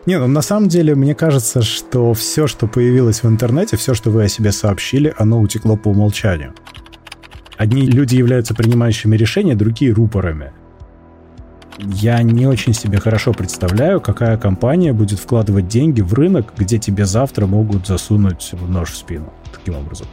Не, ну на самом деле, мне кажется, что все, что появилось в интернете, все, что вы о себе сообщили, оно утекло по умолчанию. Одни люди являются принимающими решения, другие — рупорами. Я не очень себе хорошо представляю, какая компания будет вкладывать деньги в рынок, где тебе завтра могут засунуть нож в спину. Таким образом.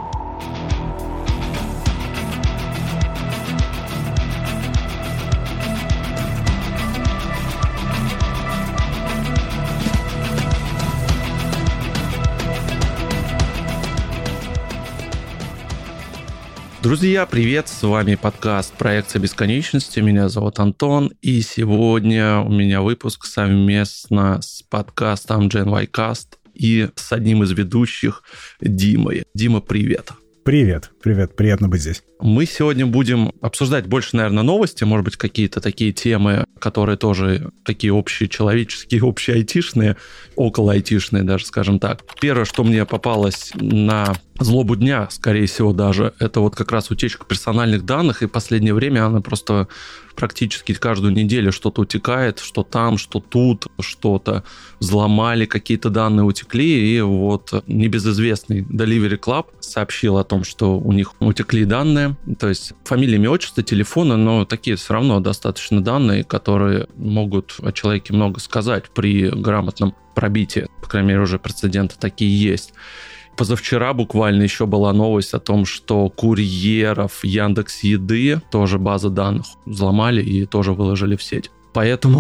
Друзья, привет! С вами подкаст «Проекция бесконечности». Меня зовут Антон, и сегодня у меня выпуск совместно с подкастом Gen Y Cast и с одним из ведущих Димой. Дима, привет! Привет, приятно быть здесь. Мы сегодня будем обсуждать больше, наверное, новости, может быть, какие-то такие темы, которые тоже такие общечеловеческие, общеайтишные, около айтишные даже, скажем так. Первое, что мне попалось на злобу дня, скорее всего даже, это вот как раз утечка персональных данных, и в последнее время она просто практически каждую неделю что-то утекает, что там, что тут, что-то взломали, какие-то данные утекли, и вот небезызвестный Delivery Club сообщил о том, что у них утекли данные, то есть фамилия, имя, отчество, телефоны, но такие все равно достаточно данные, которые могут о человеке много сказать при грамотном пробитии, по крайней мере, уже прецеденты такие есть. Позавчера буквально еще была новость о том, что курьеров Яндекс.Еды тоже база данных взломали и тоже выложили в сеть. Поэтому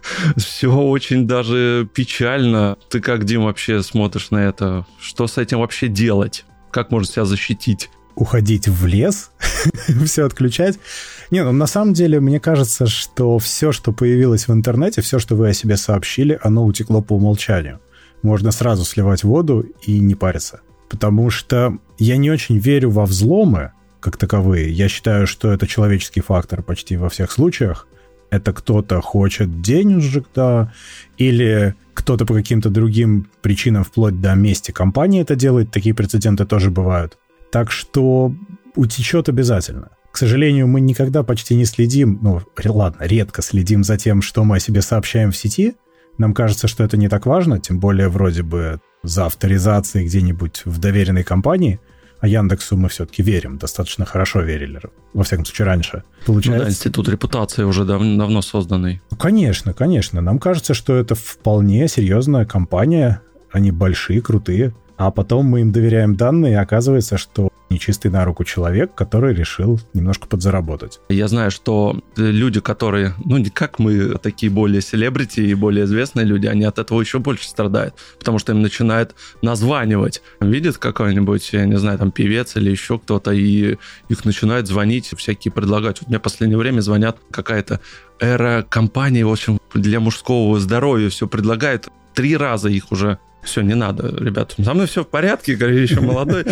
все очень даже печально. Ты как, Дим, вообще смотришь на это? Что с этим вообще делать? Как можно себя защитить? Уходить в лес? Все отключать? Не, ну на самом деле, мне кажется, что все, что появилось в интернете, все, что вы о себе сообщили, оно утекло по умолчанию. Можно сразу сливать воду и не париться. Потому что я не очень верю во взломы как таковые. Я считаю, что это человеческий фактор почти во всех случаях. Это кто-то хочет денежек, да, или кто-то по каким-то другим причинам, вплоть до мести компании это делает. Такие прецеденты тоже бывают. Так что утечет обязательно. К сожалению, мы никогда почти не следим, редко следим за тем, что мы о себе сообщаем в сети. Нам кажется, что это не так важно, тем более вроде бы за авторизацией где-нибудь в доверенной компании, а Яндексу мы все-таки верим, достаточно хорошо верили, во всяком случае, раньше. Получается... институт репутации уже давно созданный. Конечно. Нам кажется, что это вполне серьезная компания, они большие, крутые, а потом мы им доверяем данные, и оказывается, что нечистый на руку человек, который решил немножко подзаработать. Я знаю, что люди, которые, не как мы, такие более селебрити и более известные люди, они от этого еще больше страдают, потому что им начинают названивать. Видят какой-нибудь, я не знаю, там певец или еще кто-то, и их начинают звонить, всякие предлагать. Вот мне в последнее время звонят какая-то компания, в общем, для мужского здоровья все предлагает. 3 раза их уже. Все, не надо, ребята, со мной все в порядке, говорю, еще молодой.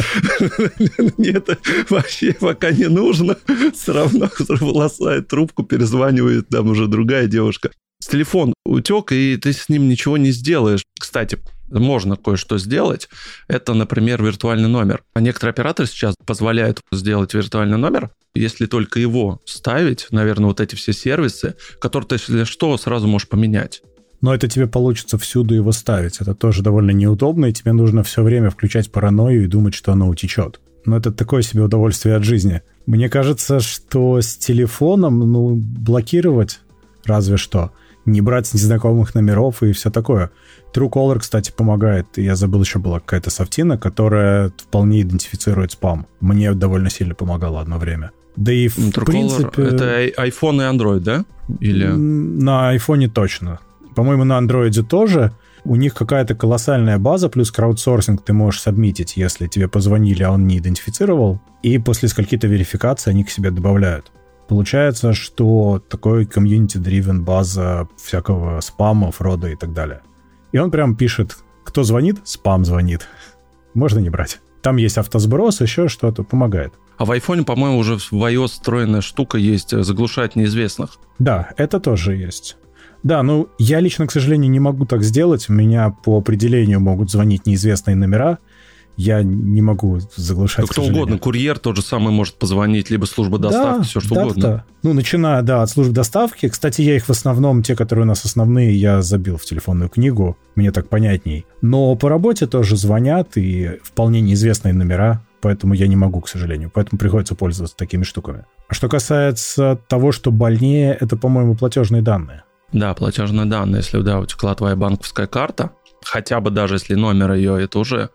Мне это вообще пока не нужно. Все равно бросает трубку, перезванивает, там уже другая девушка. Телефон утек, и ты с ним ничего не сделаешь. Кстати, можно кое-что сделать. Это, например, виртуальный номер. А некоторые операторы сейчас позволяют сделать виртуальный номер, если только его ставить, наверное, вот эти все сервисы, которые ты, если что, сразу можешь поменять. Но это тебе получится всюду его ставить. Это тоже довольно неудобно, и тебе нужно все время включать паранойю и думать, что оно утечет. Но это такое себе удовольствие от жизни. Мне кажется, что с телефоном, блокировать разве что. Не брать с незнакомых номеров и все такое. Truecaller, кстати, помогает. Я забыл, еще была какая-то софтина, которая вполне идентифицирует спам. Мне довольно сильно помогало одно время. Да и в принципе... Это iPhone и Android, да? Или... На iPhone точно. По-моему, на Android тоже. У них какая-то колоссальная база, плюс краудсорсинг ты можешь сабмитить, если тебе позвонили, а он не идентифицировал. И после скольки-то верификаций они к себе добавляют. Получается, что такой community-driven база всякого спама, фрода и так далее. И он прям пишет, кто звонит, спам звонит. Можно не брать. Там есть автосброс, еще что-то, помогает. А в iPhone, по-моему, уже в iOS встроенная штука есть, заглушать неизвестных. Да, это тоже есть. Да, я лично, к сожалению, не могу так сделать. У меня по определению могут звонить неизвестные номера. Я не могу заглушать, кто угодно, курьер тот же самый может позвонить, либо служба доставки, все что угодно. Да. Ну, начиная, от служб доставки. Кстати, я их в основном, те, которые у нас основные, я забил в телефонную книгу, мне так понятней. Но по работе тоже звонят, и вполне неизвестные номера, поэтому я не могу, к сожалению. Поэтому приходится пользоваться такими штуками. А что касается того, что больнее, это, по-моему, платежные данные. Да, платежные данные. Если, утекла твоя банковская карта, хотя бы даже если номер ее, это уже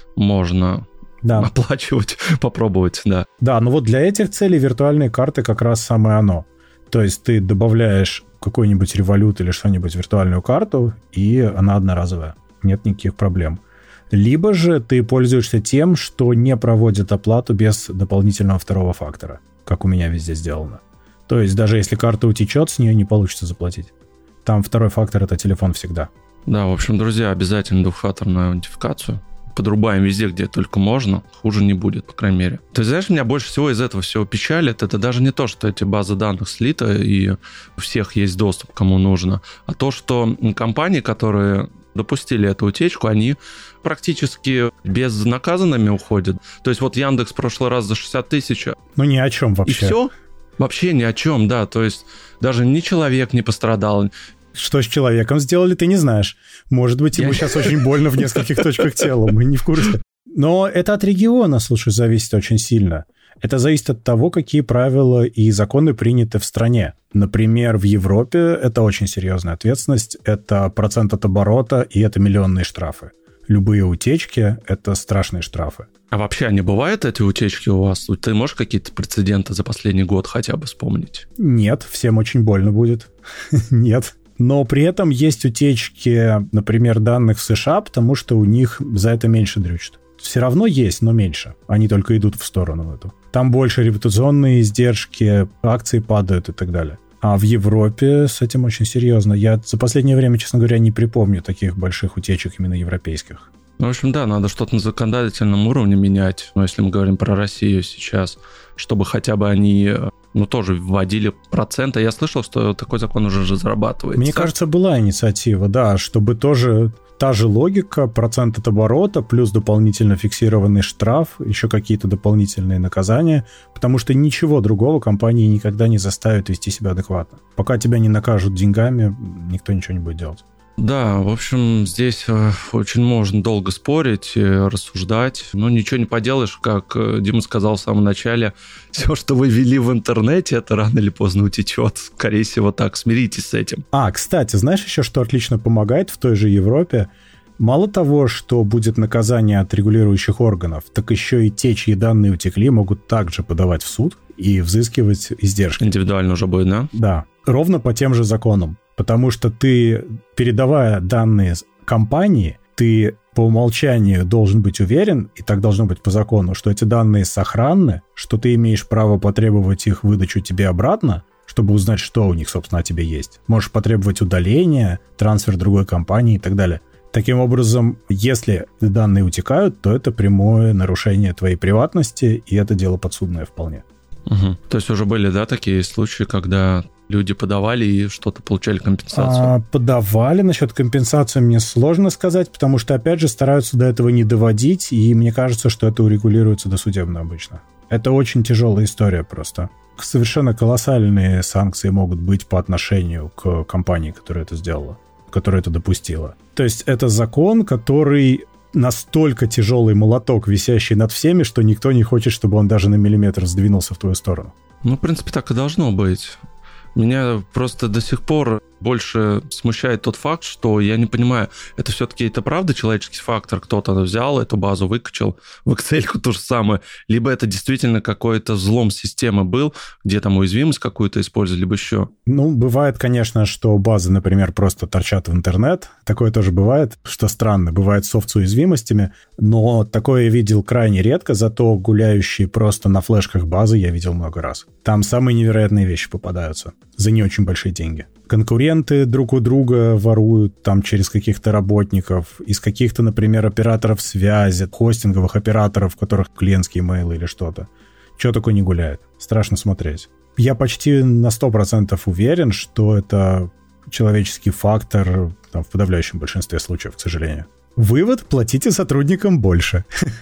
можно оплачивать, попробовать, да. Да, но вот для этих целей виртуальные карты как раз самое оно. То есть ты добавляешь какой-нибудь Revolut или что-нибудь в виртуальную карту, и она одноразовая. Нет никаких проблем. Либо же ты пользуешься тем, что не проводит оплату без дополнительного второго фактора, как у меня везде сделано. То есть даже если карта утечет, с нее не получится заплатить. Там второй фактор — это телефон всегда. Да, в общем, друзья, обязательно двухфакторную аутентификацию. Подрубаем везде, где только можно, хуже не будет, по крайней мере. Ты знаешь, меня больше всего из этого всего печалит, это даже не то, что эти базы данных слиты, и у всех есть доступ, кому нужно, а то, что компании, которые допустили эту утечку, они практически безнаказанными уходят. То есть вот Яндекс в прошлый раз за 60 тысяч. Ну, ни о чем вообще. И все? Вообще ни о чем, да. То есть даже ни человек не пострадал. Что с человеком сделали, ты не знаешь. Может быть, ему сейчас очень больно в нескольких точках тела, мы не в курсе. Но это от региона, слушай, зависит очень сильно. Это зависит от того, какие правила и законы приняты в стране. Например, в Европе это очень серьезная ответственность, это процент от оборота, и это миллионные штрафы. Любые утечки — это страшные штрафы. А вообще, не бывают эти утечки у вас? Ты можешь какие-то прецеденты за последний год хотя бы вспомнить? Нет, всем очень больно будет. Нет. Но при этом есть утечки, например, данных в США, потому что у них за это меньше дрючат. Все равно есть, но меньше. Они только идут в сторону эту. Там больше репутационные издержки, акции падают и так далее. А в Европе с этим очень серьезно. Я за последнее время, честно говоря, не припомню таких больших утечек именно европейских. Ну, в общем, да, надо что-то на законодательном уровне менять. Но если мы говорим про Россию сейчас, чтобы хотя бы они, тоже вводили проценты. Я слышал, что такой закон уже разрабатывается. Мне кажется, была инициатива, да, чтобы тоже та же логика, процент от оборота, плюс дополнительно фиксированный штраф, еще какие-то дополнительные наказания, потому что ничего другого компании никогда не заставит вести себя адекватно. Пока тебя не накажут деньгами, никто ничего не будет делать. Да, в общем, здесь очень можно долго спорить, рассуждать, но ничего не поделаешь, как Дима сказал в самом начале, все, что вы ввели в интернете, это рано или поздно утечет. Скорее всего, так, смиритесь с этим. Кстати, знаешь еще, что отлично помогает в той же Европе? Мало того, что будет наказание от регулирующих органов, так еще и те, чьи данные утекли, могут также подавать в суд и взыскивать издержки. Индивидуально уже будет, да? Да, ровно по тем же законам. Потому что ты, передавая данные компании, ты по умолчанию должен быть уверен, и так должно быть по закону, что эти данные сохранны, что ты имеешь право потребовать их выдачу тебе обратно, чтобы узнать, что у них, собственно, о тебе есть. Можешь потребовать удаления, трансфер другой компании и так далее. Таким образом, если данные утекают, то это прямое нарушение твоей приватности, и это дело подсудное вполне. Угу. То есть уже были, да, такие случаи, когда люди подавали и что-то получали компенсацию? Подавали. Насчет компенсации мне сложно сказать, потому что, опять же, стараются до этого не доводить, и мне кажется, что это урегулируется досудебно обычно. Это очень тяжелая история просто. Совершенно колоссальные санкции могут быть по отношению к компании, которая это сделала, которая это допустила. То есть это закон, который настолько тяжелый молоток, висящий над всеми, что никто не хочет, чтобы он даже на миллиметр сдвинулся в твою сторону. В принципе, так и должно быть. Меня просто до сих пор больше смущает тот факт, что я не понимаю, это все-таки это правда человеческий фактор, кто-то взял эту базу, выкачал в Excel то же самое, либо это действительно какой-то взлом системы был, где там уязвимость какую-то использовали, либо еще. Бывает, конечно, что базы, например, просто торчат в интернет. Такое тоже бывает, что странно. Бывает софт с уязвимостями, но такое я видел крайне редко, зато гуляющие просто на флешках базы я видел много раз. Там самые невероятные вещи попадаются за не очень большие деньги. Конкуренты друг у друга воруют там через каких-то работников, из каких-то, например, операторов связи, хостинговых операторов, у которых клиентские имейлы или что-то. Чего такое не гуляет? Страшно смотреть. Я почти на 100% уверен, что это человеческий фактор там, в подавляющем большинстве случаев, к сожалению. Вывод: платите сотрудникам больше.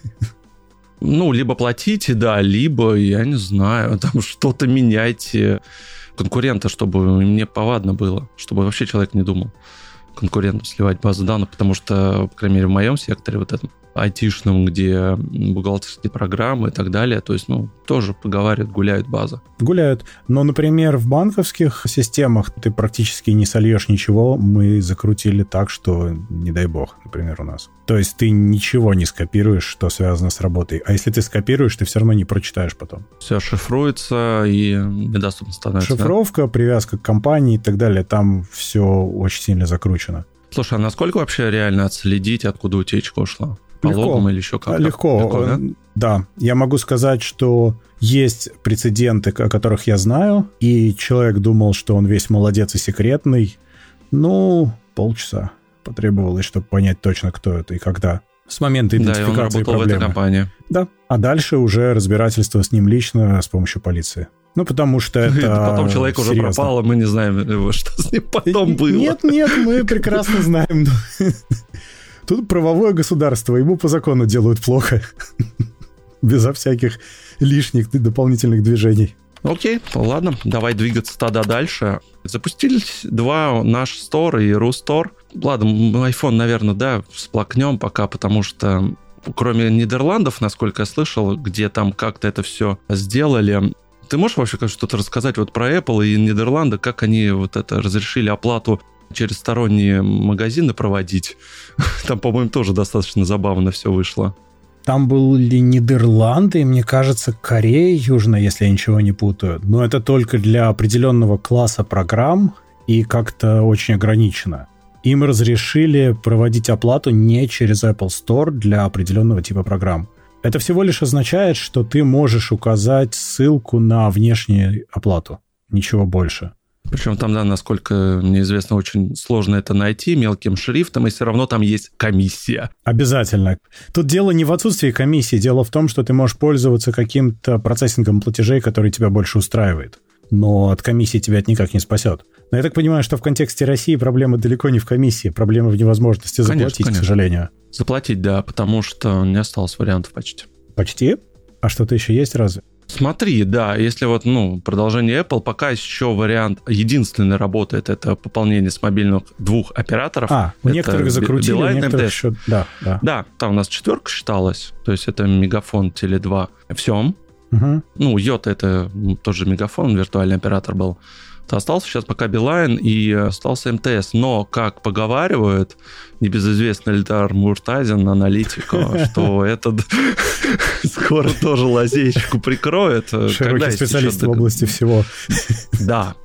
Ну, либо платите, да, либо, я не знаю, там что-то меняйте конкурента, чтобы мне повадно было, чтобы вообще человек не думал конкуренту сливать базу данных, потому что, по крайней мере, в моем секторе, вот этом айтишном, где бухгалтерские программы и так далее, то есть, ну, тоже поговаривают, гуляют базы. Гуляют. Но, например, в банковских системах ты практически не сольешь ничего. Мы закрутили так, что, не дай бог, например, у нас. То есть ты ничего не скопируешь, что связано с работой. А если ты скопируешь, ты все равно не прочитаешь потом. Все шифруется и недоступно становится. Шифровка, да? Привязка к компании и так далее. Там все очень сильно закручено. Слушай, а насколько вообще реально отследить, откуда утечка ушла? По логам или еще как-то? Легко, да? Да. Я могу сказать, что есть прецеденты, о которых я знаю, и человек думал, что он весь молодец и секретный. Ну, полчаса потребовалось, чтобы понять точно, кто это и когда. С момента идентификации проблемы. Да, и он работал в этой компании. Да. А дальше уже разбирательство с ним лично с помощью полиции. Ну, потому что это потом человек уже пропал, а мы не знаем, что с ним потом было. Нет, мы прекрасно знаем. Тут правовое государство, ему по закону делают плохо. Безо всяких лишних дополнительных движений. Окей, ладно, давай двигаться тогда дальше. Запустились два, наш Store и Рустор. Ладно, iPhone, наверное, да, всплакнем пока, потому что кроме Нидерландов, насколько я слышал, где там как-то это все сделали. Ты можешь вообще что-то рассказать вот про Apple и Нидерланды, как они вот это разрешили оплату через сторонние магазины проводить? Там, по-моему, тоже достаточно забавно все вышло. Там были Нидерланды, и, мне кажется, Корея Южная, если я ничего не путаю. Но это только для определенного класса программ и как-то очень ограничено. Им разрешили проводить оплату не через Apple Store для определенного типа программ. Это всего лишь означает, что ты можешь указать ссылку на внешнюю оплату. Ничего больше. Причем там, да, насколько мне известно, очень сложно это найти мелким шрифтом, и все равно там есть комиссия. Обязательно. Тут дело не в отсутствии комиссии, дело в том, что ты можешь пользоваться каким-то процессингом платежей, который тебя больше устраивает. Но от комиссии тебя это никак не спасет. Но я так понимаю, что в контексте России проблема далеко не в комиссии, проблема в невозможности заплатить, конечно. К сожалению. Заплатить, да, потому что не осталось вариантов почти. Почти? А что-то еще есть разве? Смотри, да, если вот, продолжение Apple, пока еще вариант единственный работает, это пополнение с мобильных двух операторов. У некоторых закрутили, у некоторых еще... Да. Да, там у нас 4 считалось, то есть это Мегафон, Теле2, все. Угу. Йота это тоже Мегафон, виртуальный оператор был. Остался сейчас пока Билайн и остался МТС. Но, как поговаривают, небезызвестный Эльдар Муртазин, аналитик, что этот скоро тоже лазейку прикроет. Широкий специалист в области всего. Да.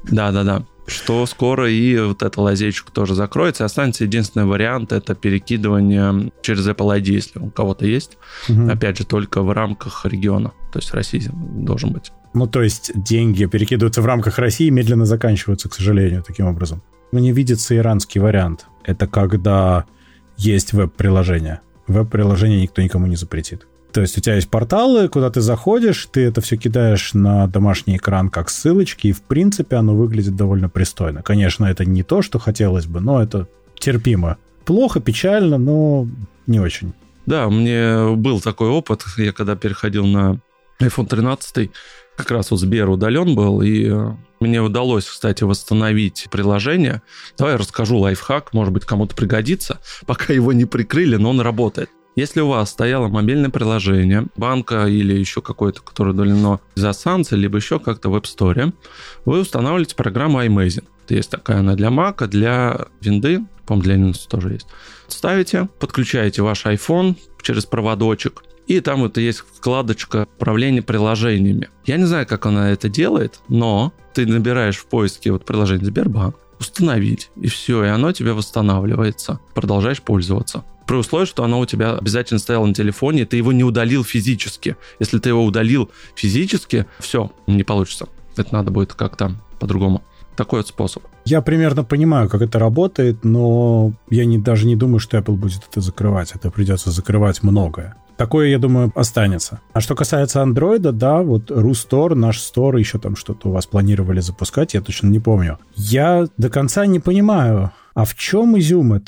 Что скоро и вот эта лазейка тоже закроется. Останется единственный вариант — это перекидывание через Apple ID, если у кого-то есть. Опять же, только в рамках региона. То есть в России должен быть. То есть деньги перекидываются в рамках России и медленно заканчиваются, к сожалению, таким образом. Мне видится иранский вариант. Это когда есть веб-приложение. Веб-приложение никто никому не запретит. То есть у тебя есть порталы, куда ты заходишь, ты это все кидаешь на домашний экран как ссылочки, и в принципе оно выглядит довольно пристойно. Конечно, это не то, что хотелось бы, но это терпимо. Плохо, печально, но не очень. Да, у меня был такой опыт. Я когда переходил на iPhone 13, как раз вот Сбер удален был, и мне удалось, кстати, восстановить приложение. Давай я расскажу лайфхак, может быть, кому-то пригодится. Пока его не прикрыли, но он работает. Если у вас стояло мобильное приложение, банка или еще какое-то, которое удалено из-за санкций, либо еще как-то в App Store, вы устанавливаете программу iMazing. Есть такая, она для Mac, для Винды, по-моему, для Linux тоже есть. Ставите, подключаете ваш iPhone через проводочек, и там вот есть вкладочка «Управление приложениями». Я не знаю, как она это делает, но ты набираешь в поиске приложение Сбербанк, установить, и все, и оно тебе восстанавливается. Продолжаешь пользоваться. При условии, что оно у тебя обязательно стояло на телефоне, и ты его не удалил физически. Если ты его удалил физически, все, не получится. Это надо будет как-то по-другому. Такой вот способ. Я примерно понимаю, как это работает, но я даже не думаю, что Apple будет это закрывать. Это придется закрывать многое. Такое, я думаю, останется. А что касается Android, да, вот Рустор, наш Store, еще там что-то у вас планировали запускать, я точно не помню. Я до конца не понимаю, а в чем изюм этого?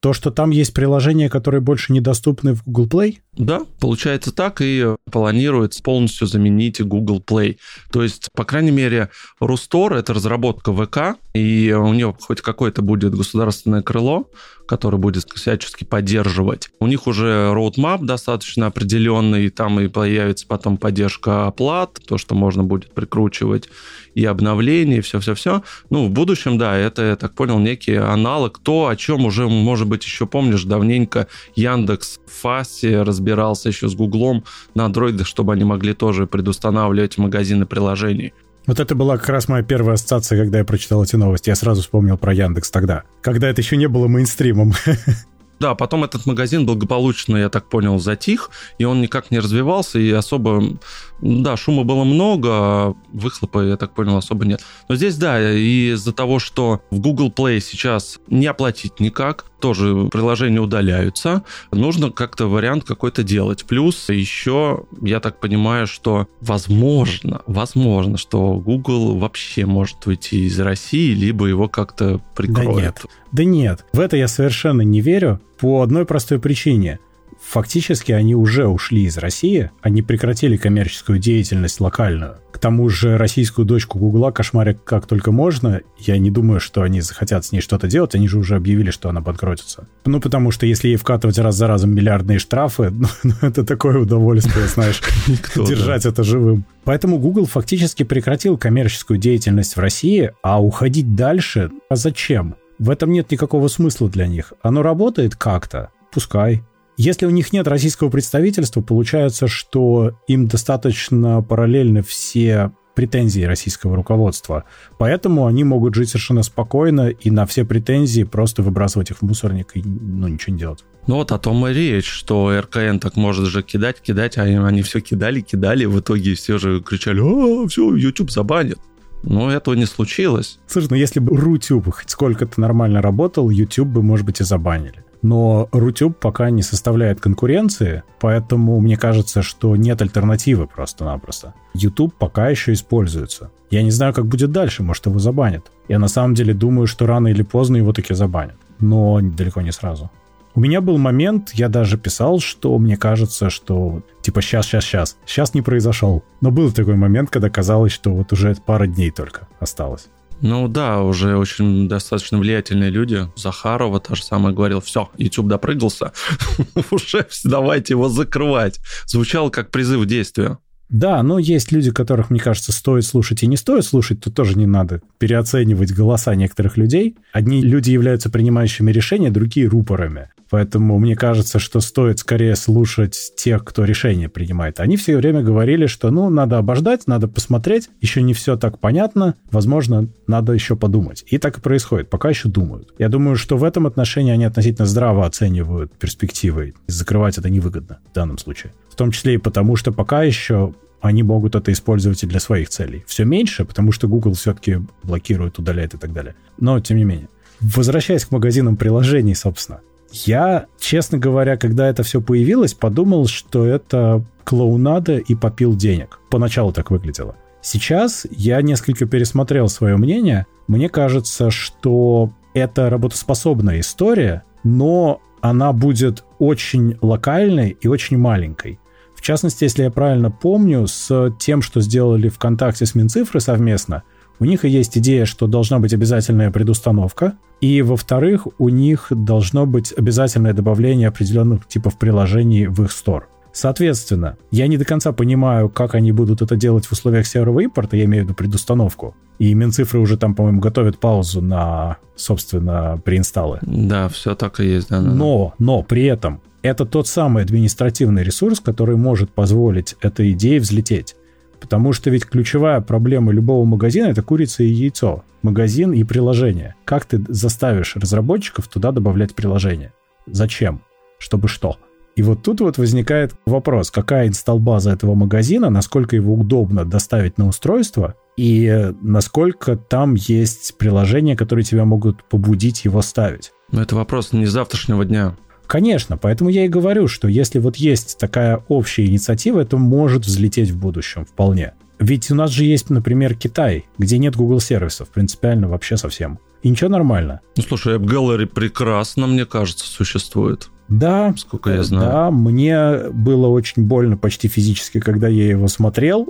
То, что там есть приложения, которые больше недоступны в Google Play? Да, получается так, и планируется полностью заменить Google Play. То есть, по крайней мере, Рустор — это разработка ВК, и у нее хоть какое-то будет государственное крыло, которое будет всячески поддерживать. У них уже roadmap достаточно определенный, там и появится потом поддержка оплат, то, что можно будет прикручивать, и обновления, и все-все-все. Ну, в будущем, да, это, я так понял, некий аналог, то, о чем уже, может быть, еще помнишь, давненько Яндекс в ФАСе разбирался еще с Гуглом на Android, чтобы они могли тоже предустанавливать магазины приложений. Вот это была как раз моя первая ассоциация, когда я прочитал эти новости. Я сразу вспомнил про Яндекс тогда, когда это еще не было мейнстримом. Да, потом этот магазин благополучно, я так понял, затих, и он никак не развивался, и особо, да, шума было много, а выхлопа, я так понял, особо нет. Но здесь, да, из-за того, что в Google Play сейчас не оплатить никак, тоже приложения удаляются, нужно как-то вариант какой-то делать. Плюс еще, я так понимаю, что возможно, что Google вообще может уйти из России, либо его как-то прикроют. Да нет, в это я совершенно не верю по одной простой причине. Фактически они уже ушли из России, они прекратили коммерческую деятельность локальную. К тому же российскую дочку Гугла кошмарят как только можно. Я не думаю, что они захотят с ней что-то делать, они же уже объявили, что она банкротится. Ну, потому что если ей вкатывать раз за разом миллиардные штрафы, это такое удовольствие, знаешь, держать это живым. Поэтому Google фактически прекратил коммерческую деятельность в России, а уходить дальше, а зачем? В этом нет никакого смысла для них. Оно работает как-то, пускай. Если у них нет российского представительства, получается, что им достаточно параллельны все претензии российского руководства. Поэтому они могут жить совершенно спокойно и на все претензии просто выбрасывать их в мусорник и ничего не делать. Ну вот о том и речь, что РКН так может же кидать, а они все кидали, в итоге все же кричали: все, YouTube забанит. Но этого не случилось. Слушай, ну если бы Рутюб хоть сколько-то нормально работал, YouTube бы, может быть, и забанили. Но Рутюб пока не составляет конкуренции, поэтому мне кажется, что нет альтернативы просто-напросто. YouTube пока еще используется. Я не знаю, как будет дальше, может, его забанят. Я на самом деле думаю, что рано или поздно его таки забанят. Но далеко не сразу. У меня был момент, я даже писал, что мне кажется, что типа сейчас не произошел. Но был такой момент, когда казалось, что вот уже пара дней только осталось. Ну да, уже очень достаточно влиятельные люди. Захарова та же самая говорил: все, YouTube допрыгался, уже давайте его закрывать. Звучало как призыв к действию. Да, но есть люди, которых, мне кажется, стоит слушать и не стоит слушать, тут тоже не надо переоценивать голоса некоторых людей. Одни люди являются принимающими решения, другие — рупорами. Поэтому мне кажется, что стоит скорее слушать тех, кто решения принимает. Они все время говорили, что надо обождать, надо посмотреть, еще не все так понятно, возможно, надо еще подумать. И так и происходит, пока еще думают. Я думаю, что в этом отношении они относительно здраво оценивают перспективы. Закрывать это невыгодно в данном случае. В том числе и потому, что пока еще они могут это использовать и для своих целей. Все меньше, потому что Google все-таки блокирует, удаляет и так далее. Но, тем не менее. Возвращаясь к магазинам приложений, собственно. Я, честно говоря, когда это все появилось, подумал, что это клоунада и попил денег. Поначалу так выглядело. Сейчас я несколько пересмотрел свое мнение. Мне кажется, что это работоспособная история, но она будет очень локальной и очень маленькой. В частности, если я правильно помню, с тем, что сделали ВКонтакте с Минцифрой совместно, у них и есть идея, что должна быть обязательная предустановка, и, во-вторых, у них должно быть обязательное добавление определенных типов приложений в их стор. Соответственно, я не до конца понимаю, как они будут это делать в условиях серверного импорта, я имею в виду предустановку. И Минцифры уже там, по-моему, готовят паузу на, собственно, преинсталлы. Да, все так и есть. Да. Но при этом это тот самый административный ресурс, который может позволить этой идее взлететь. Потому что ведь ключевая проблема любого магазина — это курица и яйцо. Магазин и приложение. Как ты заставишь разработчиков туда добавлять приложение? Зачем? Чтобы что? И вот тут вот возникает вопрос, какая инсталл-база этого магазина, насколько его удобно доставить на устройство, и насколько там есть приложения, которые тебя могут побудить его ставить. Но это вопрос не завтрашнего дня. Конечно, поэтому я и говорю, что если вот есть такая общая инициатива, это может взлететь в будущем вполне. Ведь у нас же есть, например, Китай, где нет Google сервисов, принципиально вообще совсем. И ничего, нормально. Ну, слушай, App Gallery прекрасно, мне кажется, существует. Да, сколько я знаю. Да, мне было очень больно почти физически, когда я его смотрел,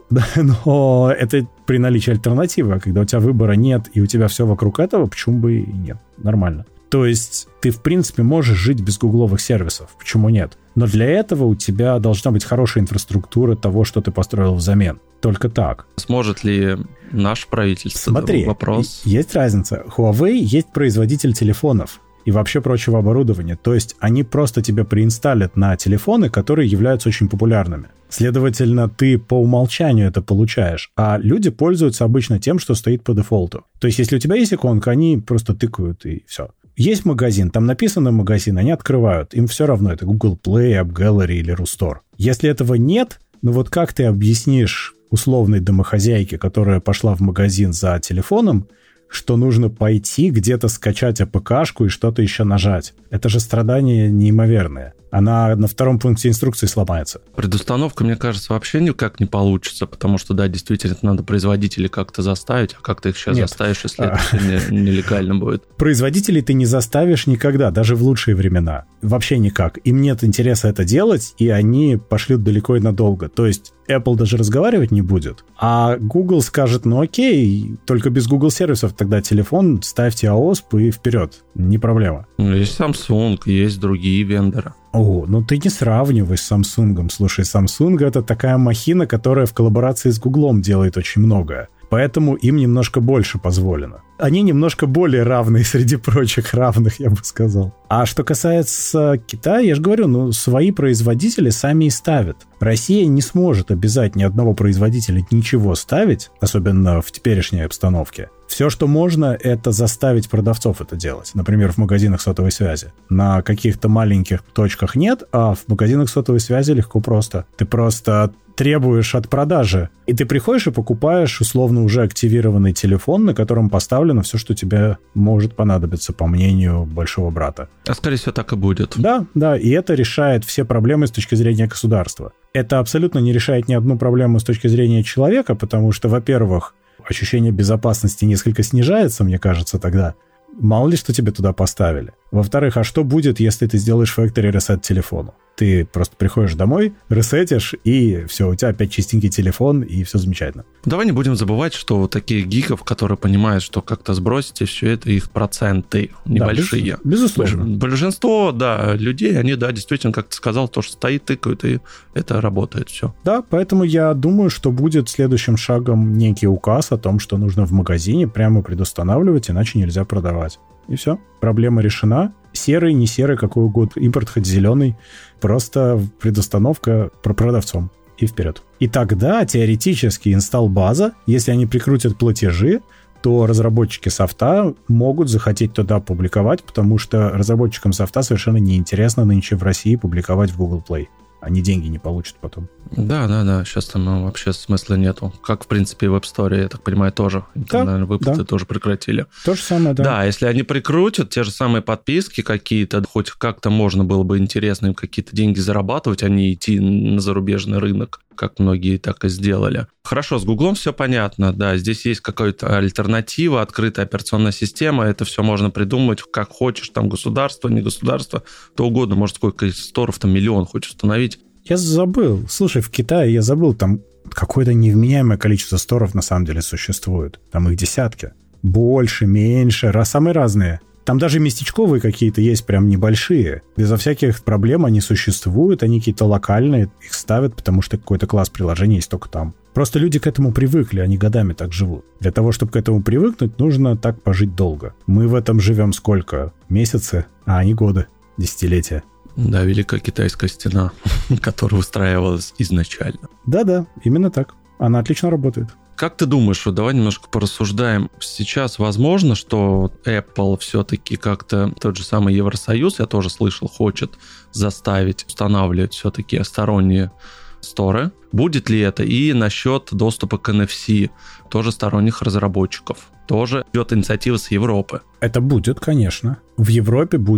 но это при наличии альтернативы, а когда у тебя выбора нет и у тебя все вокруг этого, почему бы и нет? Нормально. То есть ты, в принципе, можешь жить без гугловых сервисов. Почему нет? Но для этого у тебя должна быть хорошая инфраструктура того, что ты построил взамен. Только так. Сможет ли наше правительство? Смотри, вопрос. Есть разница. Huawei есть производитель телефонов и вообще прочего оборудования. То есть они просто тебе преинсталят на телефоны, которые являются очень популярными. Следовательно, ты по умолчанию это получаешь. А люди пользуются обычно тем, что стоит по дефолту. То есть если у тебя есть иконка, они просто тыкают и все. Есть магазин, там написано магазин, они открывают. Им все равно, это Google Play, App Gallery или Rustore. Если этого нет, ну вот как ты объяснишь условной домохозяйке, которая пошла в магазин за телефоном, что нужно пойти где-то скачать АПК-шку и что-то еще нажать? Это же страдание неимоверное. Она на втором пункте инструкции сломается. Предустановка, мне кажется, вообще никак не получится, потому что, да, действительно, это надо производителей как-то заставить, а как ты их сейчас заставишь, если это все нелегально будет? Производителей ты не заставишь никогда, даже в лучшие времена. Вообще никак. Им нет интереса это делать, и они пошлют далеко и надолго. То есть Apple даже разговаривать не будет, а Google скажет, ну окей, только без Google сервисов тогда телефон, ставьте АОСП и вперед, не проблема. Есть Samsung, есть другие вендоры. О, ну ты не сравнивай с Samsung. Слушай, Samsung — это такая махина, которая в коллаборации с Гуглом делает очень многое. Поэтому им немножко больше позволено. Они немножко более равные среди прочих равных, я бы сказал. А что касается Китая, я же говорю, ну, свои производители сами и ставят. Россия не сможет обязать ни одного производителя ничего ставить, особенно в теперешней обстановке. Все, что можно, это заставить продавцов это делать. Например, в магазинах сотовой связи. На каких-то маленьких точках нет, а в магазинах сотовой связи легко просто. Ты просто требуешь от продажи. И ты приходишь и покупаешь условно уже активированный телефон, на котором поставлено все, что тебе может понадобиться, по мнению большого брата. А скорее всего так и будет. Да, да, и это решает все проблемы с точки зрения государства. Это абсолютно не решает ни одну проблему с точки зрения человека, потому что, во-первых, ощущение безопасности несколько снижается, мне кажется, тогда. Мало ли, что тебе туда поставили. Во-вторых, а что будет, если ты сделаешь factory reset телефону? Ты просто приходишь домой, ресетишь, и все, у тебя опять чистенький телефон, и все замечательно. Давай не будем забывать, что вот такие гиков, которые понимают, что как-то сбросить, и все это их проценты небольшие. Да, безусловно. Большинство, да, людей, они, да, действительно, как ты сказал, то, что стоит, тыкают, и это работает все. Да, поэтому я думаю, что будет следующим шагом некий указ о том, что нужно в магазине прямо предустанавливать, иначе нельзя продавать. И все, проблема решена. Серый, не серый, какой угодно, импорт хоть зеленый, просто предустановка продавцом и вперед. И тогда теоретически инсталл-база, если они прикрутят платежи, то разработчики софта могут захотеть туда публиковать, потому что разработчикам софта совершенно неинтересно нынче в России публиковать в Google Play. Они деньги не получат потом. Да, сейчас там вообще смысла нету. Как, в принципе, и в App Store, я так понимаю, тоже. Да, наверное, выплаты тоже прекратили. То же самое, да. Да, если они прикрутят те же самые подписки какие-то, хоть как-то можно было бы интересно им какие-то деньги зарабатывать, а не идти на зарубежный рынок, как многие так и сделали. Хорошо, с Гуглом все понятно, да, здесь есть какая-то альтернатива, открытая операционная система, это все можно придумать как хочешь, там государство, не государство, то угодно, может, сколько сторов, там миллион хочешь установить. Я забыл. Слушай, в Китае я забыл, там какое-то невменяемое количество сторов на самом деле существует. Там их десятки. Больше, меньше, самые разные. Там даже местечковые какие-то есть, прям небольшие. Безо всяких проблем они существуют, они какие-то локальные, их ставят, потому что какой-то класс приложений есть только там. Просто люди к этому привыкли, они годами так живут. Для того, чтобы к этому привыкнуть, нужно так пожить долго. Мы в этом живем сколько? Месяцы? А они годы, десятилетия. Да, Великая Китайская стена, которая выстраивалась изначально. Да-да, именно так. Она отлично работает. Как ты думаешь, вот давай немножко порассуждаем. Сейчас возможно, что Apple все-таки как-то тот же самый Евросоюз, я тоже слышал, хочет заставить устанавливать все-таки сторонние сторы. Будет ли это? И насчет доступа к NFC, тоже сторонних разработчиков. Тоже идет инициатива с Европы. Это будет, конечно. В Европе будет.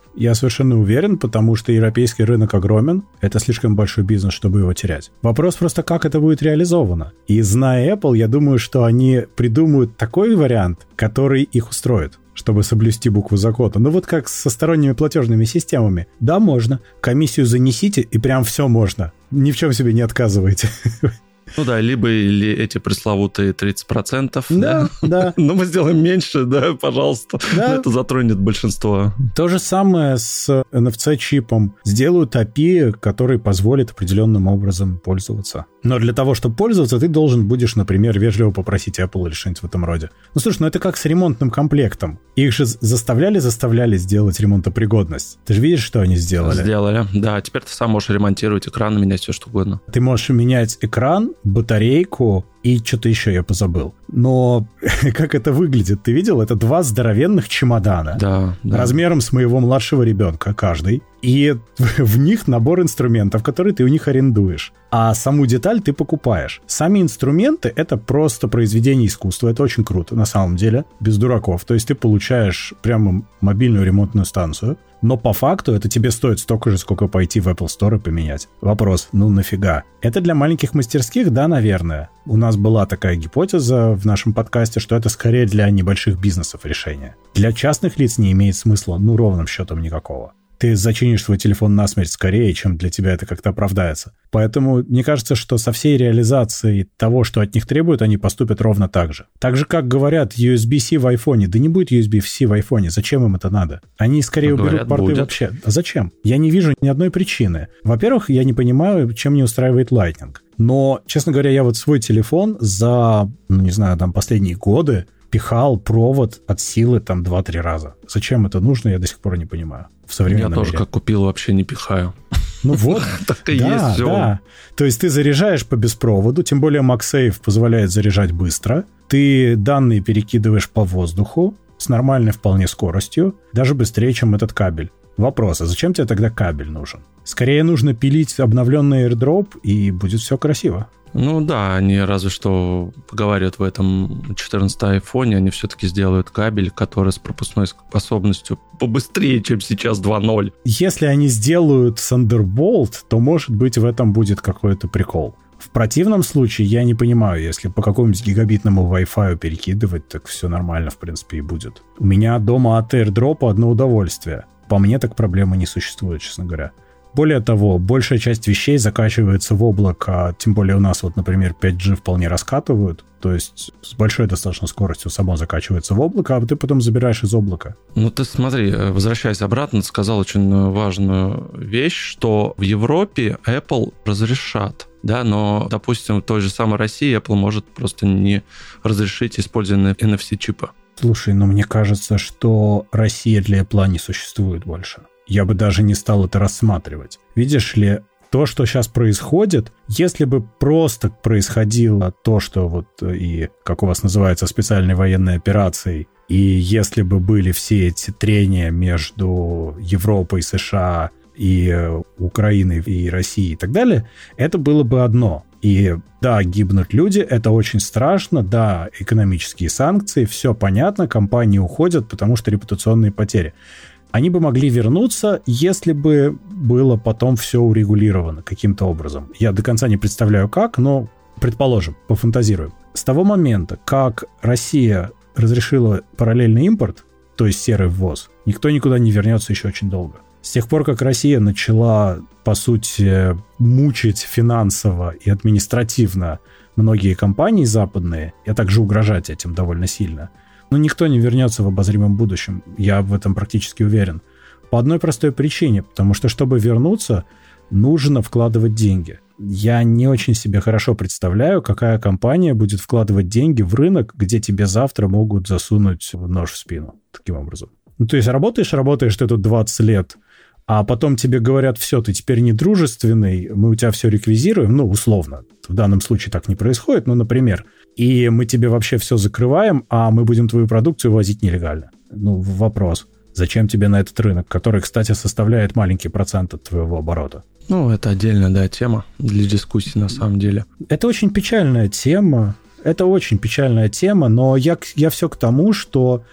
Я совершенно уверен, потому что европейский рынок огромен. Это слишком большой бизнес, чтобы его терять. Вопрос просто, как это будет реализовано. И зная Apple, я думаю, что они придумают такой вариант, который их устроит, чтобы соблюсти букву закона. Ну вот как со сторонними платежными системами. Да, можно. Комиссию занесите, и прям все можно. Ни в чем себе не отказывайте. Ну да, либо или эти пресловутые 30%. Да. Но мы сделаем меньше, да, пожалуйста. Да. Это затронет большинство. То же самое с NFC-чипом. Сделают API, который позволит определенным образом пользоваться. Но для того, чтобы пользоваться, ты должен будешь, например, вежливо попросить Apple или что-нибудь в этом роде. Ну, слушай, это как с ремонтным комплектом. Их же заставляли сделать ремонтопригодность. Ты же видишь, что они сделали? Сделали, да. Теперь ты сам можешь ремонтировать экран, менять все, что угодно. Ты можешь менять экран, батарейку и что-то еще я позабыл. Но как это выглядит? Ты видел? Это 2 здоровенных чемодана. Да. Размером с моего младшего ребенка каждый. И в них набор инструментов, которые ты у них арендуешь. А саму деталь ты покупаешь. Сами инструменты — это просто произведение искусства. Это очень круто, на самом деле, без дураков. То есть ты получаешь прямо мобильную ремонтную станцию, но по факту это тебе стоит столько же, сколько пойти в Apple Store и поменять. Вопрос, нафига? Это для маленьких мастерских? Да, наверное. У нас была такая гипотеза в нашем подкасте, что это скорее для небольших бизнесов решение. Для частных лиц не имеет смысла, ровным счетом никакого. Ты зачинишь свой телефон насмерть скорее, чем для тебя это как-то оправдается. Поэтому мне кажется, что со всей реализацией того, что от них требуют, они поступят ровно так же. Так же, как говорят, USB-C в айфоне. Да не будет USB-C в айфоне. Зачем им это надо? Они скорее уберут порты будет. Вообще. А зачем? Я не вижу ни одной причины. Во-первых, я не понимаю, чем не устраивает Lightning. Но, честно говоря, я вот свой телефон за, последние годы пихал провод от силы 2-3 раза. Зачем это нужно, я до сих пор не понимаю. В современном мире. Я тоже, как купил, вообще не пихаю. Ну вот, так и есть все. Да. То есть ты заряжаешь по беспроводу, тем более MagSafe позволяет заряжать быстро. Ты данные перекидываешь по воздуху с нормальной вполне скоростью, даже быстрее, чем этот кабель. Вопрос, а зачем тебе тогда кабель нужен? Скорее нужно пилить обновленный AirDrop, и будет все красиво. Ну да, они разве что поговаривают в этом 14 айфоне, они все-таки сделают кабель, который с пропускной способностью побыстрее, чем сейчас 2.0. Если они сделают Thunderbolt, то, может быть, в этом будет какой-то прикол. В противном случае я не понимаю, если по какому-нибудь гигабитному Wi-Fi перекидывать, так все нормально, в принципе, и будет. У меня дома от AirDrop одно удовольствие. По мне так проблемы не существует, честно говоря. Более того, большая часть вещей закачивается в облако, тем более у нас, например, 5G вполне раскатывают, то есть с большой достаточно скоростью само закачивается в облако, а ты потом забираешь из облака. Ну ты смотри, возвращаясь обратно, ты сказал очень важную вещь, что в Европе Apple разрешат, да, но, допустим, в той же самой России Apple может просто не разрешить использование NFC-чипа. Слушай, мне кажется, что Россия для Apple не существует больше. Я бы даже не стал это рассматривать. Видишь ли, то, что сейчас происходит, если бы просто происходило то, что и, как у вас называется, специальной военной операцией, и если бы были все эти трения между Европой, США и Украиной, и Россией и так далее, это было бы одно. И да, гибнут люди, это очень страшно, да, экономические санкции, все понятно, компании уходят, потому что репутационные потери. Они бы могли вернуться, если бы было потом все урегулировано каким-то образом. Я до конца не представляю как, но предположим, пофантазируем. С того момента, как Россия разрешила параллельный импорт, то есть серый ввоз, никто никуда не вернется еще очень долго. С тех пор, как Россия начала, по сути, мучить финансово и административно многие компании западные, и также угрожать этим довольно сильно, никто не вернется в обозримом будущем. Я в этом практически уверен. По одной простой причине. Потому что, чтобы вернуться, нужно вкладывать деньги. Я не очень себе хорошо представляю, какая компания будет вкладывать деньги в рынок, где тебе завтра могут засунуть нож в спину. Таким образом. То есть работаешь ты тут 20 лет, а потом тебе говорят, все, ты теперь не дружественный, мы у тебя все реквизируем, условно. В данном случае так не происходит, например. И мы тебе вообще все закрываем, а мы будем твою продукцию возить нелегально. Вопрос. Зачем тебе на этот рынок, который, кстати, составляет маленький процент от твоего оборота? Это отдельная, да, тема для дискуссии на самом деле. Это очень печальная тема. Но я все к тому, что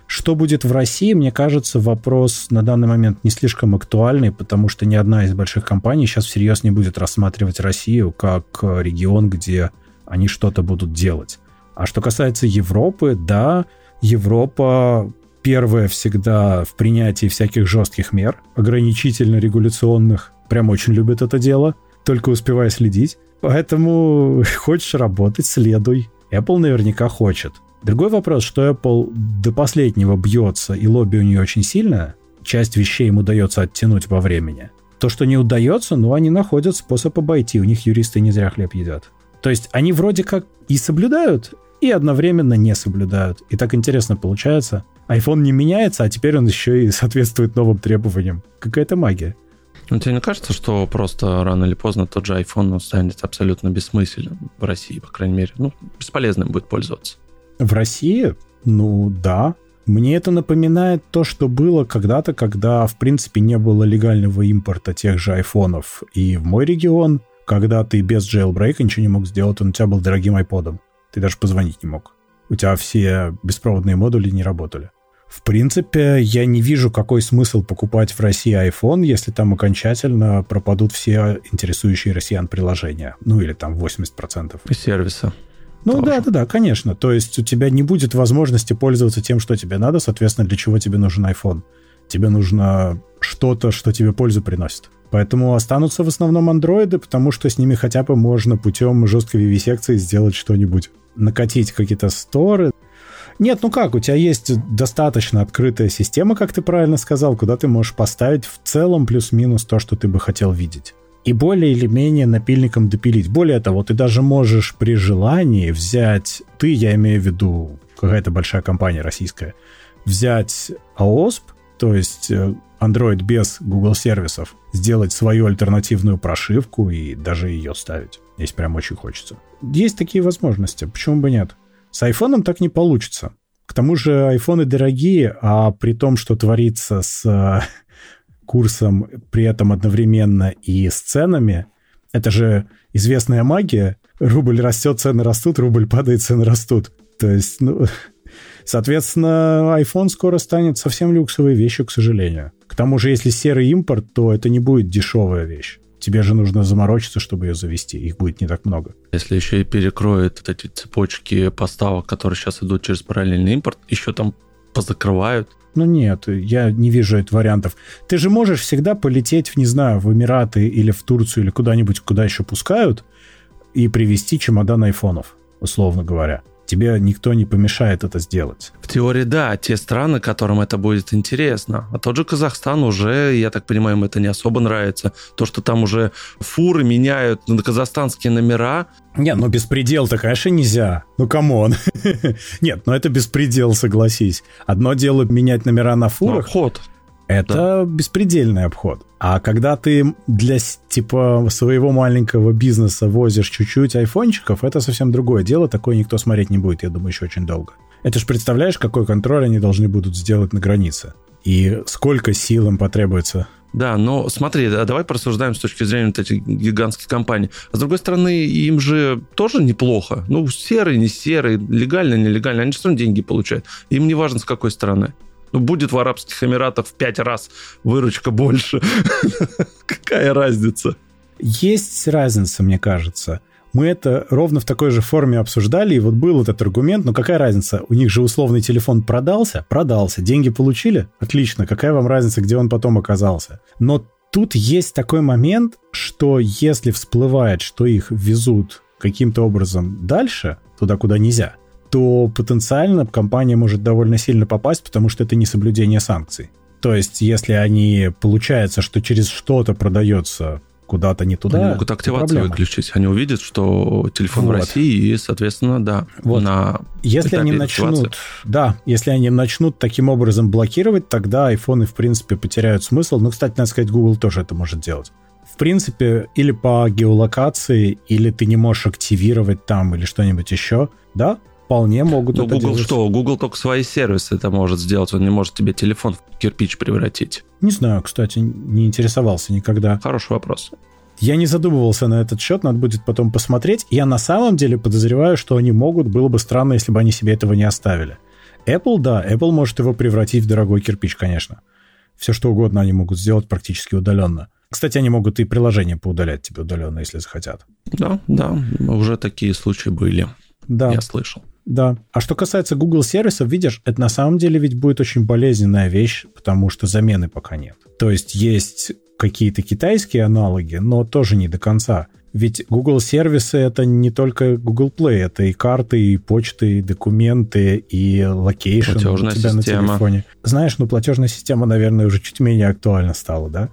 Что будет в России, мне кажется, вопрос на данный момент не слишком актуальный, потому что ни одна из больших компаний сейчас всерьез не будет рассматривать Россию как регион, где они что-то будут делать. А что касается Европы, да, Европа первая всегда в принятии всяких жестких мер, ограничительно-регуляционных, прям очень любит это дело, только успевай следить. Поэтому хочешь работать, следуй. Apple наверняка хочет. Другой вопрос, что Apple до последнего бьется, и лобби у нее очень сильное, часть вещей им удается оттянуть во времени. То, что не удается, они находят способ обойти, у них юристы не зря хлеб едят. То есть они вроде как и соблюдают, и одновременно не соблюдают. И так интересно получается. iPhone не меняется, а теперь он еще и соответствует новым требованиям. Какая-то магия. Тебе не кажется, что просто рано или поздно тот же iPhone станет абсолютно бессмысленным в России, по крайней мере? Бесполезным будет пользоваться. В России? Да. Мне это напоминает то, что было когда-то, когда, в принципе, не было легального импорта тех же айфонов. И в мой регион, когда ты без jailbreak ничего не мог сделать, он у тебя был дорогим айподом. Ты даже позвонить не мог. У тебя все беспроводные модули не работали. В принципе, я не вижу, какой смысл покупать в России iPhone, если там окончательно пропадут все интересующие россиян приложения. Или там 80%. И сервиса. Да, конечно. То есть у тебя не будет возможности пользоваться тем, что тебе надо, соответственно, для чего тебе нужен iPhone. Тебе нужно что-то, что тебе пользу приносит. Поэтому останутся в основном андроиды, потому что с ними хотя бы можно путем жесткой вивисекции сделать что-нибудь. Накатить какие-то сторы. Нет, у тебя есть достаточно открытая система, как ты правильно сказал, куда ты можешь поставить в целом плюс-минус то, что ты бы хотел видеть. И более или менее напильником допилить. Более того, ты даже можешь при желании взять... я имею в виду какая-то большая компания российская, взять AOSP, то есть Android без Google сервисов, сделать свою альтернативную прошивку и даже ее ставить, если прям очень хочется. Есть такие возможности, почему бы нет? С айфоном так не получится. К тому же айфоны дорогие, а при том, что творится с курсом при этом одновременно и с ценами, это же известная магия. Рубль растет, цены растут, рубль падает, цены растут. То есть, соответственно, iPhone скоро станет совсем люксовой вещью, к сожалению. К тому же, если серый импорт, то это не будет дешевая вещь. Тебе же нужно заморочиться, чтобы ее завести. Их будет не так много. Если еще и перекроют эти цепочки поставок, которые сейчас идут через параллельный импорт, еще там позакрывают. Нет, я не вижу этих вариантов. Ты же можешь всегда полететь, в Эмираты или в Турцию, или куда-нибудь, куда еще пускают, и привезти чемодан айфонов, условно говоря. Тебе никто не помешает это сделать. В теории, да, те страны, которым это будет интересно. А тот же Казахстан уже, я так понимаю, им это не особо нравится. То, что там уже фуры меняют на казахстанские номера. Беспредел-то, конечно, нельзя. Камон. Нет, это беспредел, согласись. Одно дело менять номера на фурах. Обход. Это беспредельный обход. А когда ты для своего маленького бизнеса возишь чуть-чуть айфончиков, это совсем другое дело. Такое никто смотреть не будет, я думаю, еще очень долго. Это ж представляешь, какой контроль они должны будут сделать на границе? И сколько сил им потребуется? Да, но смотри, давай порассуждаем с точки зрения этих гигантских компаний. А с другой стороны, им же тоже неплохо. Серый, не серый, легально, нелегально. Они же все равно деньги получают. Им не важно, с какой стороны. Будет в Арабских Эмиратах в 5 раз выручка больше. Какая разница? Есть разница, мне кажется. Мы это ровно в такой же форме обсуждали, и был этот аргумент, какая разница? У них же условный телефон продался, деньги получили, отлично, какая вам разница, где он потом оказался? Но тут есть такой момент, что если всплывает, что их везут каким-то образом дальше, туда, куда нельзя, то потенциально компания может довольно сильно попасть, потому что это не соблюдение санкций. То есть, если получается, что через что-то продается куда-то не туда, они могут активацию выключить. Они увидят, что телефон в России, и, соответственно, на если они начнут таким образом блокировать, тогда айфоны, в принципе, потеряют смысл. Кстати, надо сказать, Google тоже это может делать. В принципе, или по геолокации, или ты не можешь активировать там, или что-нибудь еще, да? Вполне могут это Google делать. Что? Google только свои сервисы это может сделать. Он не может тебе телефон в кирпич превратить. Не знаю, кстати, не интересовался никогда. Хороший вопрос. Я не задумывался на этот счет, надо будет потом посмотреть. Я на самом деле подозреваю, что они могут. Было бы странно, если бы они себе этого не оставили. Apple, да, Apple может его превратить в дорогой кирпич, конечно. Все что угодно они могут сделать практически удаленно. Кстати, они могут и приложение поудалять тебе удаленно, если захотят. Да, уже такие случаи были. Да. Я слышал. Да. А что касается Google сервисов, видишь, это на самом деле ведь будет очень болезненная вещь, потому что замены пока нет. То есть какие-то китайские аналоги, но тоже не до конца. Ведь Google сервисы — это не только Google Play, это и карты, и почты, и документы, и локейшн у тебя система на телефоне. Знаешь, платежная система, наверное, уже чуть менее актуальна стала, да?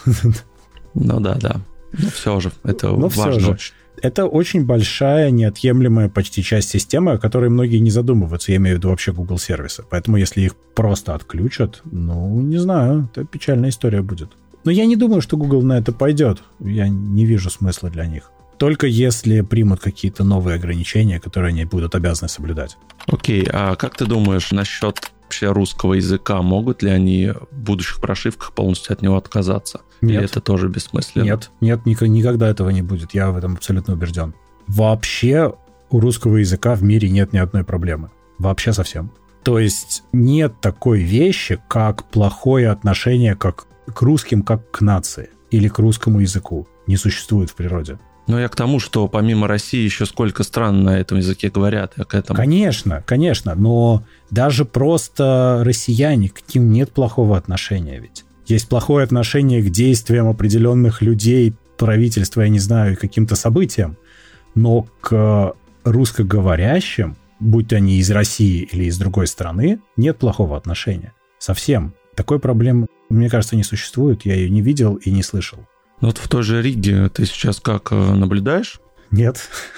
Ну да. Но все же, это важно. Это очень большая, неотъемлемая почти часть системы, о которой многие не задумываются. Я имею в виду вообще Google сервисы. Поэтому если их просто отключат, не знаю, это печальная история будет. Но я не думаю, что Google на это пойдет. Я не вижу смысла для них. Только если примут какие-то новые ограничения, которые они будут обязаны соблюдать. Окей, а как ты думаешь насчет вообще русского языка? Могут ли они в будущих прошивках полностью от него отказаться? Нет. Или это тоже бессмысленно? Нет, никогда этого не будет. Я в этом абсолютно убежден. Вообще у русского языка в мире нет ни одной проблемы. Вообще совсем. То есть нет такой вещи, как плохое отношение к русским, как к нации или к русскому языку. Не существует в природе. Но я к тому, что помимо России еще сколько стран на этом языке говорят. Я к этому. Конечно, но даже просто россияне, к ним нет плохого отношения ведь. Есть плохое отношение к действиям определенных людей, правительства, я не знаю, и каким-то событиям, но к русскоговорящим, будь они из России или из другой страны, нет плохого отношения. Совсем. Такой проблемы, мне кажется, не существует. Я ее не видел и не слышал. Вот в той же Риге ты сейчас как наблюдаешь? Нет.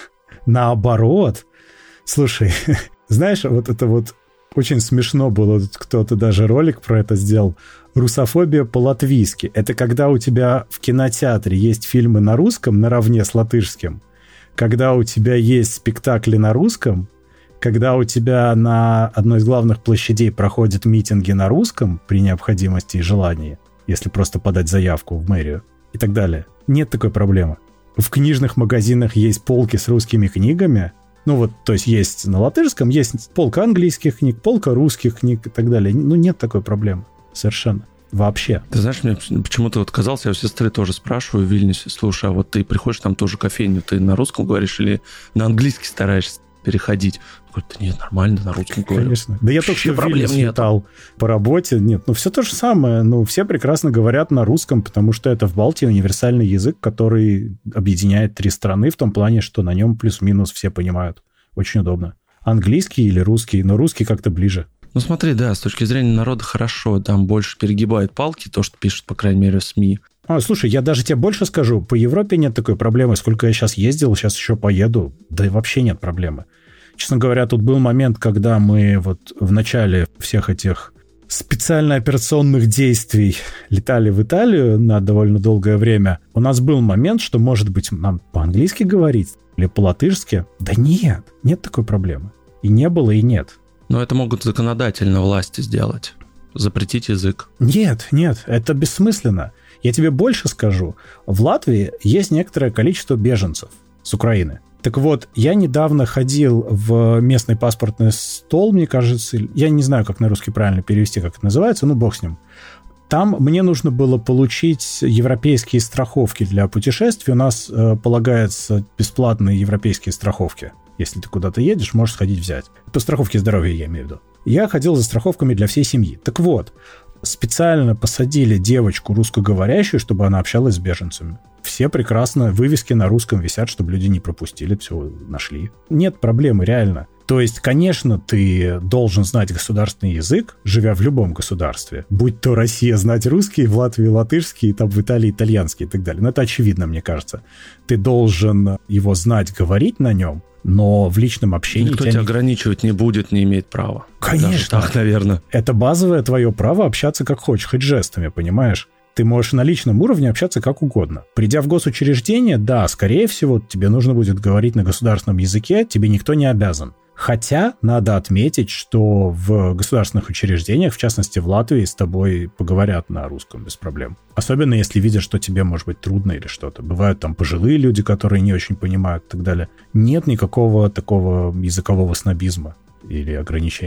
Наоборот. Слушай, знаешь, вот это вот очень смешно было. Кто-то даже ролик про это сделал. Русофобия по-латвийски. Это когда у тебя в кинотеатре есть фильмы на русском наравне с латышским, когда у тебя есть спектакли на русском, когда у тебя на одной из главных площадей проходят митинги на русском при необходимости и желании, если просто подать заявку в мэрию и так далее. Нет такой проблемы. В книжных магазинах есть полки с русскими книгами. То есть есть на латышском, есть полка английских книг, полка русских книг и так далее. Нет такой проблемы. Совершенно. Вообще. Ты знаешь, мне почему-то казалось, я у сестры тоже спрашиваю в Вильнюсе, слушай, а вот ты приходишь там тоже кофейню, ты на русском говоришь или на английский стараешься переходить? Да нет, нормально, на русском говорю. Конечно. Да я только что в Вильнюс летал по работе. Нет, все то же самое. Все прекрасно говорят на русском, потому что это в Балтии универсальный язык, который объединяет 3 страны в том плане, что на нем плюс-минус все понимают. Очень удобно. Английский или русский, но русский как-то ближе. Смотри, да, с точки зрения народа хорошо, там больше перегибают палки, то, что пишут, по крайней мере, в СМИ. Слушай, я даже тебе больше скажу. По Европе нет такой проблемы. Сколько я сейчас ездил, сейчас еще поеду. Да и вообще нет проблемы. Честно говоря, тут был момент, когда мы в начале всех этих специально-операционных действий летали в Италию на довольно долгое время. У нас был момент, что, может быть, нам по-английски говорить или по-латышски. Да нет такой проблемы. И не было, и нет. Но это могут законодательно власти сделать. Запретить язык. Нет, это бессмысленно. Я тебе больше скажу. В Латвии есть некоторое количество беженцев с Украины. Так вот, я недавно ходил в местный паспортный стол, мне кажется, я не знаю, как на русский правильно перевести, как это называется, бог с ним. Там мне нужно было получить европейские страховки для путешествий. У нас полагаются бесплатные европейские страховки. Если ты куда-то едешь, можешь сходить взять. По страховке здоровья, я имею в виду. Я ходил за страховками для всей семьи. Так вот, специально посадили девочку русскоговорящую, чтобы она общалась с беженцами. Все прекрасно, вывески на русском висят, чтобы люди не пропустили, все нашли. Нет проблемы, реально. То есть, конечно, ты должен знать государственный язык, живя в любом государстве. Будь то Россия, знать русский, в Латвии латышский, там в Италии итальянский и так далее. Но это очевидно, мне кажется. Ты должен его знать, говорить на нем, но в личном общении... Никто тебя ограничивать не будет, не имеет права. Конечно. Даже так, наверное. Это базовое твое право общаться как хочешь, хоть жестами, понимаешь? Ты можешь на личном уровне общаться как угодно. Придя в госучреждение, да, скорее всего, тебе нужно будет говорить на государственном языке, тебе никто не обязан. Хотя надо отметить, что в государственных учреждениях, в частности в Латвии, с тобой поговорят на русском без проблем. Особенно если видят, что тебе может быть трудно или что-то. Бывают там пожилые люди, которые не очень понимают и так далее. Нет никакого такого языкового снобизма или ограничений.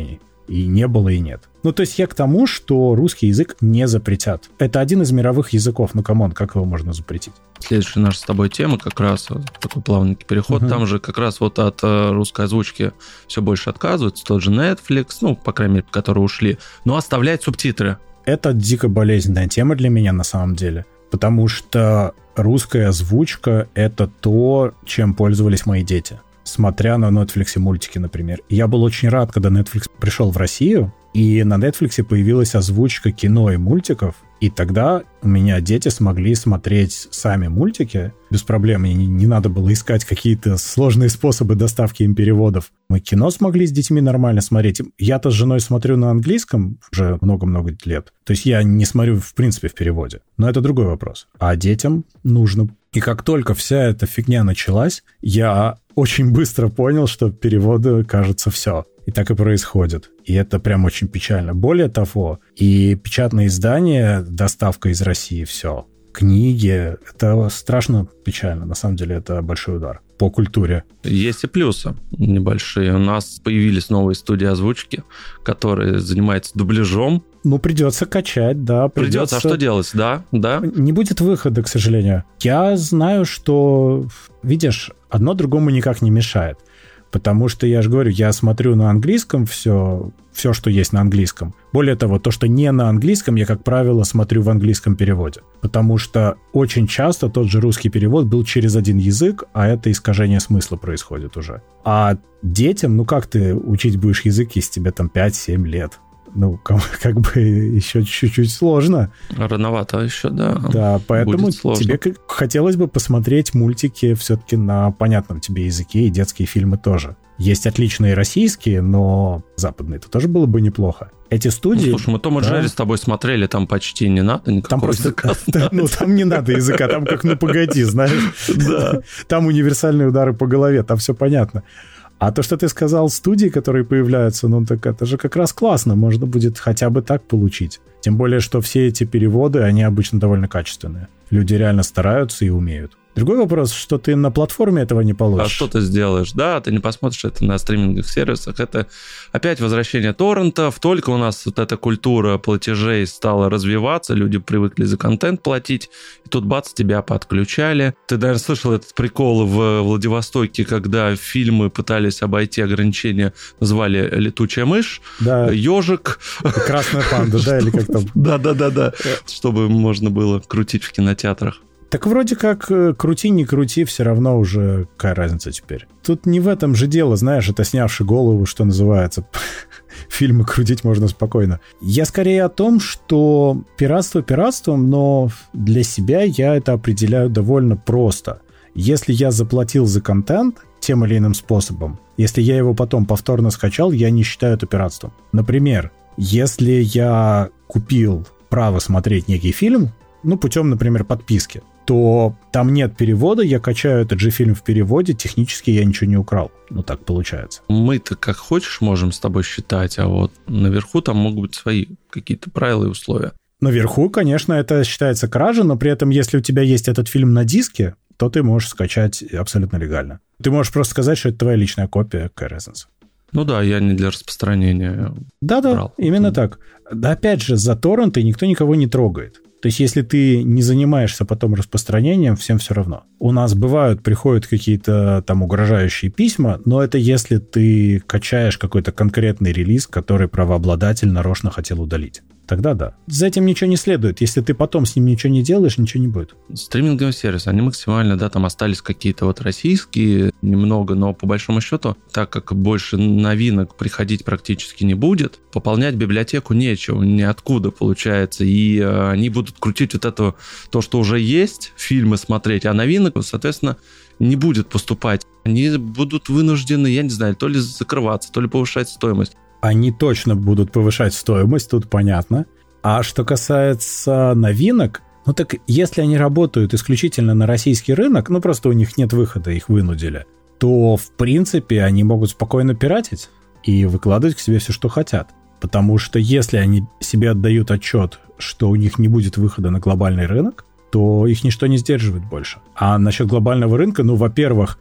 И не было, и нет. Ну, то есть я к тому, что русский язык не запретят. Это один из мировых языков. Ну, камон, как его можно запретить? Следующая наша с тобой тема как раз такой плавненький переход. Там же как раз вот от русской озвучки все больше отказываются. Тот же Netflix, ну, по крайней мере, которые ушли. Но оставляют субтитры. Это дико болезненная тема для меня на самом деле. Потому что русская озвучка — это то, чем пользовались мои дети. Смотря на Netflix мультики, например. Я был очень рад, когда Netflix пришел в Россию, и на Netflix появилась озвучка кино и мультиков, и тогда у меня дети смогли смотреть сами мультики без проблем, и не надо было искать какие-то сложные способы доставки им переводов. Мы кино смогли с детьми нормально смотреть. Я-то с женой смотрю на английском уже много-много лет, то есть я не смотрю в принципе в переводе, но это другой вопрос. А детям нужно. И как только вся эта фигня началась, я очень быстро понял, что переводы, кажется, все. И так и происходит. И это прям очень печально. Более того, и печатные издания, доставка из России, все. Книги, это страшно печально. На самом деле это большой удар по культуре. Есть и плюсы небольшие. У нас появились новые студии озвучки, которые занимаются дубляжом. Ну, придется качать, да. Придется. А что делать? Да. Не будет выхода, к сожалению. Я знаю, что, видишь, одно другому никак не мешает. Потому что, я же говорю, я смотрю на английском все, что есть на английском. Более того, то, что не на английском, я, как правило, смотрю в английском переводе. Потому что очень часто тот же русский перевод был через один язык, а это искажение смысла происходит уже. А детям, ну как ты учить будешь язык, если тебе там 5-7 лет? Ну, как бы еще чуть-чуть сложно. Рановато еще, да. Да, поэтому тебе хотелось бы посмотреть мультики все-таки на понятном тебе языке, и детские фильмы тоже. Есть отличные российские, но западные-то тоже было бы неплохо. Эти студии... Ну, слушай, мы Том и Джерри с тобой смотрели, там почти не надо никакого языка. Ну, там не надо языка, там как ну погоди, знаешь. Да. Там универсальные удары по голове, там все понятно. А то, что ты сказал, студии, которые появляются, ну так это же как раз классно, можно будет хотя бы так получить. Тем более, что все эти переводы, они обычно довольно качественные. Люди реально стараются и умеют. Другой вопрос, что ты на платформе этого не получишь. А что ты сделаешь? Да, ты не посмотришь это на стриминговых сервисах. Это опять возвращение торрентов. Только у нас вот эта культура платежей стала развиваться, люди привыкли за контент платить, и тут бац, тебя подключали. Ты, наверное, слышал этот прикол в Владивостоке, когда фильмы пытались обойти ограничения, назвали «Летучая мышь», да. «Ежик». «Красная панда», да, или как там? Да. Чтобы можно было крутить в кинотеатрах. Так вроде как крути, не крути, все равно уже какая разница теперь. Тут не в этом же дело, знаешь, это снявши голову, что называется. Фильмы крутить можно спокойно. Я скорее о том, что пиратство пиратством, но для себя я это определяю довольно просто. Если я заплатил за контент тем или иным способом, если я его потом повторно скачал, я не считаю это пиратством. Например, если я купил право смотреть некий фильм, ну, путем, например, подписки, то там нет перевода, я качаю этот же фильм в переводе, технически я ничего не украл. Ну, так получается. Мы-то как хочешь можем с тобой считать, а вот наверху там могут быть свои какие-то правила и условия. Наверху, конечно, это считается кражей, но при этом, если у тебя есть этот фильм на диске, то ты можешь скачать абсолютно легально. Ты можешь просто сказать, что это твоя личная копия, какая разница. Ну да, я не для распространения. Да, именно так. Да, опять же, за торренты никто никого не трогает. То есть, если ты не занимаешься потом распространением, всем все равно. У нас приходят какие-то там угрожающие письма, но это если ты качаешь какой-то конкретный релиз, который правообладатель нарочно хотел удалить. Тогда да. За этим ничего не следует. Если ты потом с ним ничего не делаешь, ничего не будет. Стриминговые сервисы, они максимально, да, там остались какие-то вот российские, немного, но по большому счету, так как больше новинок приходить практически не будет, пополнять библиотеку нечего, ниоткуда получается, и они будут крутить вот это, то, что уже есть, фильмы смотреть, а новинок, соответственно, не будет поступать. Они будут вынуждены, я не знаю, то ли закрываться, то ли повышать стоимость. Они точно будут повышать стоимость, тут понятно. А что касается новинок, ну так если они работают исключительно на российский рынок, ну просто у них нет выхода, их вынудили, то в принципе они могут спокойно пиратить и выкладывать к себе все, что хотят. Потому что если они себе отдают отчет, что у них не будет выхода на глобальный рынок, то их ничто не сдерживает больше. А насчет глобального рынка, ну, во-первых,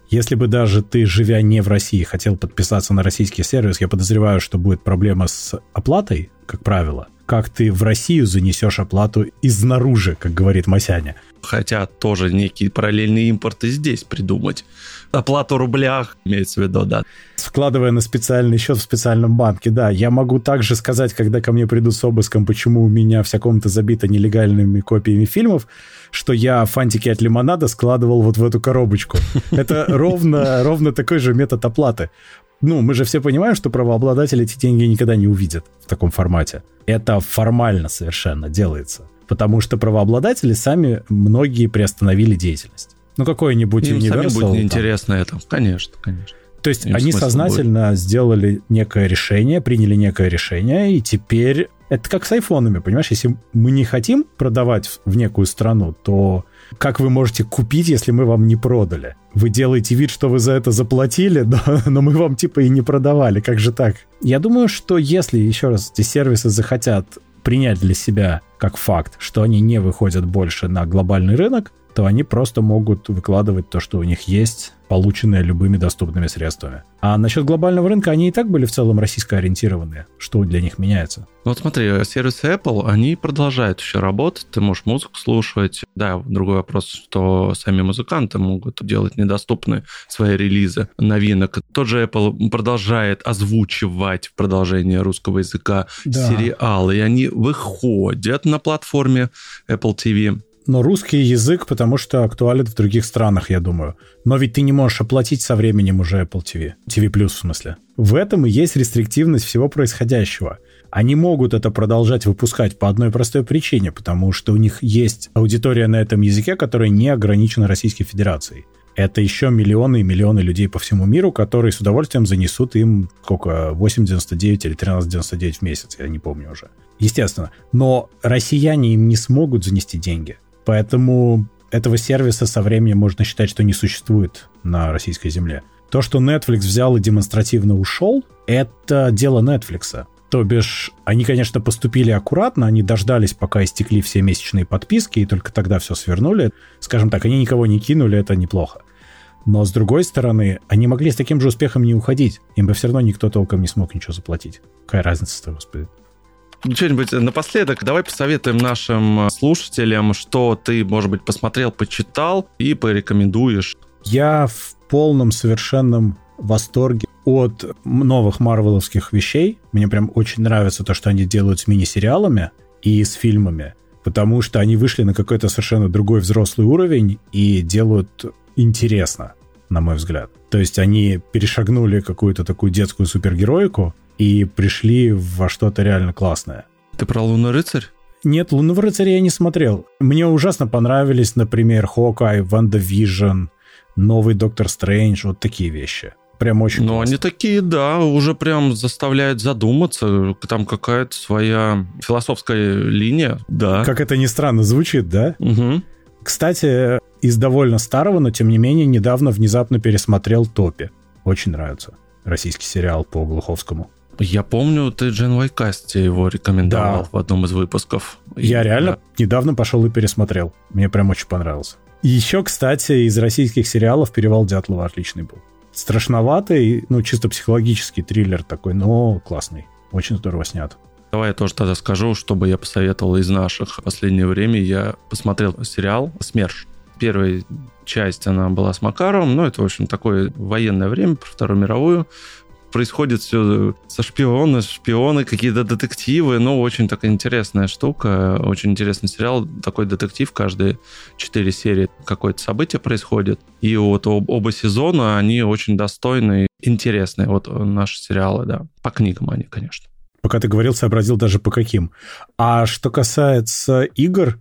Если бы даже ты, живя не в России, хотел подписаться на российский сервис, я подозреваю, что будет проблема с оплатой, как правило. Как ты в Россию занесешь оплату изнаружи, как говорит Масяня. Хотя тоже некий параллельный импорт и здесь придумать. Оплату в рублях, имеется в виду, да. Вкладывая на специальный счет в специальном банке, да. Я могу также сказать, когда ко мне придут с обыском, почему у меня вся комната забита нелегальными копиями фильмов, что я фантики от лимонада складывал вот в эту коробочку. Это ровно такой же метод оплаты. Ну, мы же все понимаем, что правообладатели эти деньги никогда не увидят в таком формате. Это формально совершенно делается. Потому что правообладатели сами многие приостановили деятельность. Ну, какой-нибудь Universal... Им самим будет неинтересно это. Конечно. То есть они сознательно сделали некое решение, приняли некое решение, и теперь... Это как с айфонами, понимаешь? Если мы не хотим продавать в некую страну, то как вы можете купить, если мы вам не продали? Вы делаете вид, что вы за это заплатили, но мы вам типа и не продавали. Как же так? Я думаю, что если, еще раз, эти сервисы захотят принять для себя как факт, что они не выходят больше на глобальный рынок, то они просто могут выкладывать то, что у них есть, полученное любыми доступными средствами. А насчет глобального рынка они и так были в целом российско-ориентированные. Что для них меняется? Вот смотри, сервисы Apple, они продолжают еще работать, ты можешь музыку слушать. Да, другой вопрос, что сами музыканты могут делать недоступны свои релизы новинок. Тот же Apple продолжает озвучивать в продолжении русского языка сериалы, и они выходят на платформе Apple TV. Но русский язык, потому что актуален в других странах, я думаю. Но ведь ты не можешь оплатить со временем уже Apple TV. TV+, в смысле. В этом и есть рестриктивность всего происходящего. Они могут это продолжать выпускать по одной простой причине, потому что у них есть аудитория на этом языке, которая не ограничена Российской Федерацией. Это еще миллионы и миллионы людей по всему миру, которые с удовольствием занесут им, сколько, 8,99 или 13,99 в месяц, я не помню уже. Естественно. Но россияне им не смогут занести деньги. Поэтому этого сервиса со временем можно считать, что не существует на российской земле. То, что Netflix взял и демонстративно ушел, это дело Netflix. То бишь, они, конечно, поступили аккуратно, они дождались, пока истекли все месячные подписки, и только тогда все свернули. Скажем так, они никого не кинули, это неплохо. Но, с другой стороны, они могли с таким же успехом не уходить. Им бы все равно никто толком не смог ничего заплатить. Какая разница-то, господи? Что-нибудь напоследок, давай посоветуем нашим слушателям, что ты, может быть, посмотрел, почитал и порекомендуешь. Я в полном совершенном восторге от новых марвеловских вещей. Мне прям очень нравится то, что они делают с мини-сериалами и с фильмами, потому что они вышли на какой-то совершенно другой взрослый уровень и делают интересно, на мой взгляд. То есть они перешагнули какую-то такую детскую супергероику и пришли во что-то реально классное. Ты про «Лунный рыцарь»? Нет, «Лунного рыцаря» я не смотрел. Мне ужасно понравились, например, «Хокай», «Ванда Вижн», «Новый Доктор Стрэндж», вот такие вещи. Прям очень классно. Они такие, да, уже прям заставляют задуматься. Там какая-то своя философская линия, да. Как это ни странно звучит, да? Угу. Кстати, из довольно старого, но тем не менее недавно внезапно пересмотрел «Топи». Очень нравится. Российский сериал по Глуховскому. Я помню, ты Джен Вайкасте его рекомендовал в одном из выпусков. Я реально недавно пошел и пересмотрел. Мне прям очень понравился. И еще, кстати, из российских сериалов «Перевал Дятлова» отличный был. Страшноватый, чисто психологический триллер такой, но классный. Очень здорово снят. Давай я тоже тогда скажу, чтобы я посоветовал из наших. В последнее время я посмотрел сериал «СМЕРШ». Первая часть, она была с Макаровым, это, в общем, такое военное время, про Вторую мировую. Происходит все со шпионы, какие-то детективы, очень такая интересная штука, очень интересный сериал, такой детектив, каждые 4 серии какое-то событие происходит, и вот оба сезона, они очень достойные, интересные, наши сериалы, да, по книгам они, конечно. Пока ты говорил, сообразил даже по каким. А что касается игр,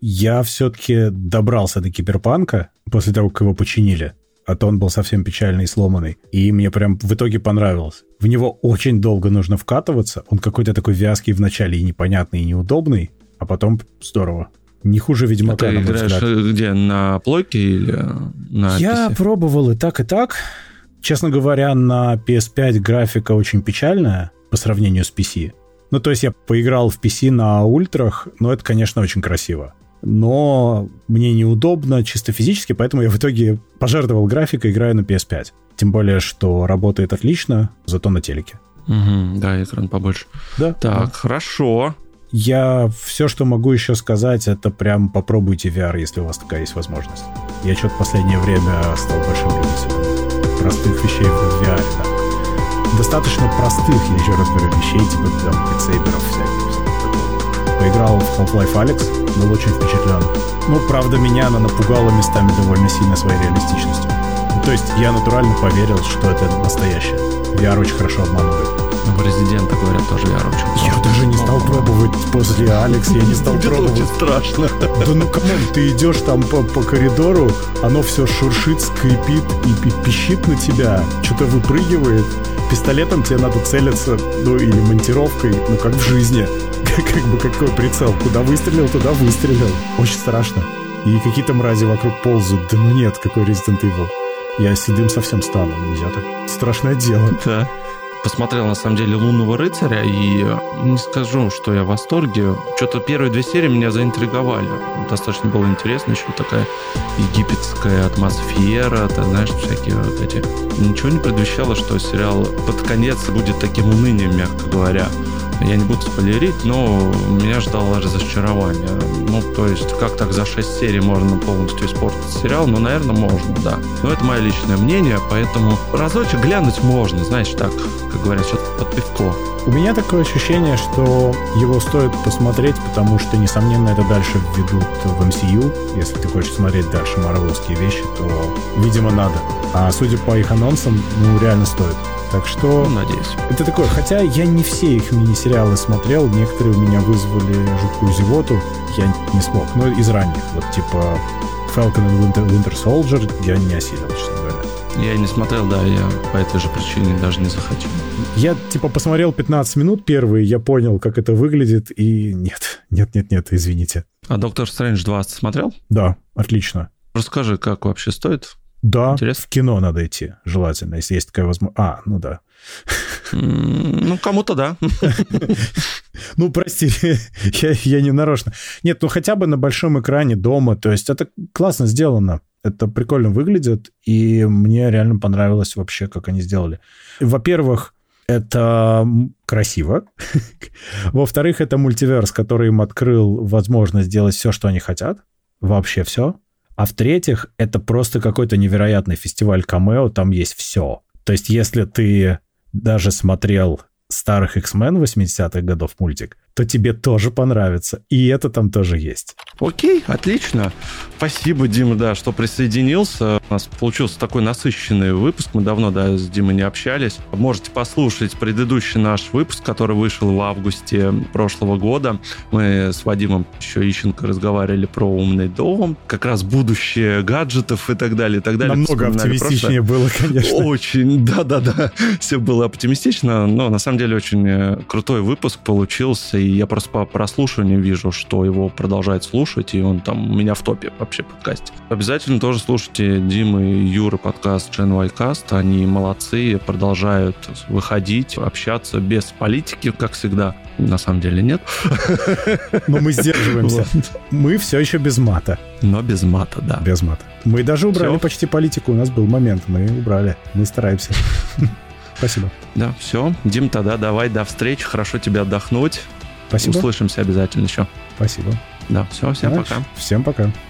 я все-таки добрался до Киберпанка после того, как его починили. А то он был совсем печальный и сломанный. И мне прям в итоге понравилось. В него очень долго нужно вкатываться. Он какой-то такой вязкий вначале и непонятный, и неудобный. А потом здорово. Не хуже Ведьмака, на мой взгляд. Ты играешь где? На плойке или на Я PC? Пробовал и так, и так. Честно говоря, на PS5 графика очень печальная по сравнению с PC. То есть я поиграл в PC на ультрах, но это, конечно, очень красиво. но мне неудобно чисто физически, поэтому я в итоге пожертвовал графикой, играю на PS5. Тем более, что работает отлично, зато на телеке. Да, экран побольше. Да. Так, хорошо. Я все, что могу еще сказать, это прям попробуйте VR, если у вас такая есть возможность. Я что-то в последнее время стал большим любителем простых вещей в VR. Да. Достаточно простых, я еще раз говорю, вещей, типа там битсейберов всяких. Поиграл в Half-Life Alyx, был очень впечатлен. Ну, правда, меня она напугала местами довольно сильно своей реалистичностью. То есть я натурально поверил, что это настоящее. VR очень хорошо обманывает. В Резидента, говорят, тоже VR очень хорошо. Я даже не стал пробовать после Алекс, я не стал пробовать. Это очень страшно. Да ну камон, ты идешь там по коридору, оно все шуршит, скрипит и пищит на тебя, что-то выпрыгивает. Пистолетом тебе надо целиться, ну или монтировкой, ну как в жизни. Как бы какой прицел, куда выстрелил, туда выстрелил. Очень страшно. И какие-то мрази вокруг ползают. Да ну нет, какой Resident Evil. Я седым совсем стану, нельзя так. Страшное дело. Да. Посмотрел, на самом деле, «Лунного рыцаря», и не скажу, что я в восторге. Что-то первые 2 серии меня заинтриговали. Достаточно было интересно, еще такая египетская атмосфера, ты знаешь, всякие вот эти. Ничего не предвещало, что сериал под конец будет таким унынием, мягко говоря. Я не буду спойлерить, но меня ждало разочарование. Ну, то есть, как так за 6 серий можно полностью испортить сериал? Ну, наверное, можно, да. Но это мое личное мнение, поэтому разочек глянуть можно, знаешь, так, как говорят, что-то под пивко. У меня такое ощущение, что его стоит посмотреть, потому что, несомненно, это дальше введут в MCU. Если ты хочешь смотреть дальше марвеловские вещи, то, видимо, надо. А судя по их анонсам, ну, реально стоит. Так что... Ну, надеюсь. Это такое, хотя я не все их мини-сериалы смотрел, некоторые у меня вызвали жуткую зевоту, я не смог. Но из ранних, вот типа Falcon and Winter Soldier я не осилил, честно говоря. Я не смотрел, да, я по этой же причине даже не захотел. Я типа посмотрел 15 минут первые, я понял, как это выглядит, и нет, извините. А «Доктор Стрэндж 2» смотрел? Да, отлично. Расскажи, как вообще стоит? Да, интересно? В кино надо идти, желательно, если есть такая возможность. Ну да. Ну, кому-то да. Ну, прости, я не нарочно. Нет, ну хотя бы на большом экране дома, то есть это классно сделано. Это прикольно выглядит, и мне реально понравилось вообще, как они сделали. Во-первых, это красиво. Во-вторых, это мультиверс, который им открыл возможность делать все, что они хотят. Вообще все. А в-третьих, это просто какой-то невероятный фестиваль камео, там есть все. То есть, если ты даже смотрел старых X-Men 80-х годов мультик, то тебе тоже понравится. И это там тоже есть. Окей, отлично. Спасибо, Дима, да, что присоединился. У нас получился такой насыщенный выпуск. Мы давно, да, с Димой не общались. Можете послушать предыдущий наш выпуск, который вышел в августе прошлого года. Мы с Вадимом еще Ищенко разговаривали про умный дом, как раз будущее гаджетов и так далее, и так далее. Намного оптимистичнее было, конечно. Очень, да. Все было оптимистично, но на самом деле очень крутой выпуск получился. И я просто по прослушиванию вижу, что его продолжают слушать, и он там у меня в топе вообще подкасте. Обязательно тоже слушайте Димы и Юры подкаст Gen Y Cast. Они молодцы, продолжают выходить, общаться без политики, как всегда. На самом деле нет. Но мы сдерживаемся. Мы все еще без мата. Но без мата, да. Без мата. Мы даже убрали почти политику. У нас был момент, мы убрали. Мы стараемся. Спасибо. Да, все. Дим, тогда давай, до встречи. Хорошо тебе отдохнуть. Спасибо. Услышимся обязательно еще. Спасибо. Да, все, всем пока. Всем пока.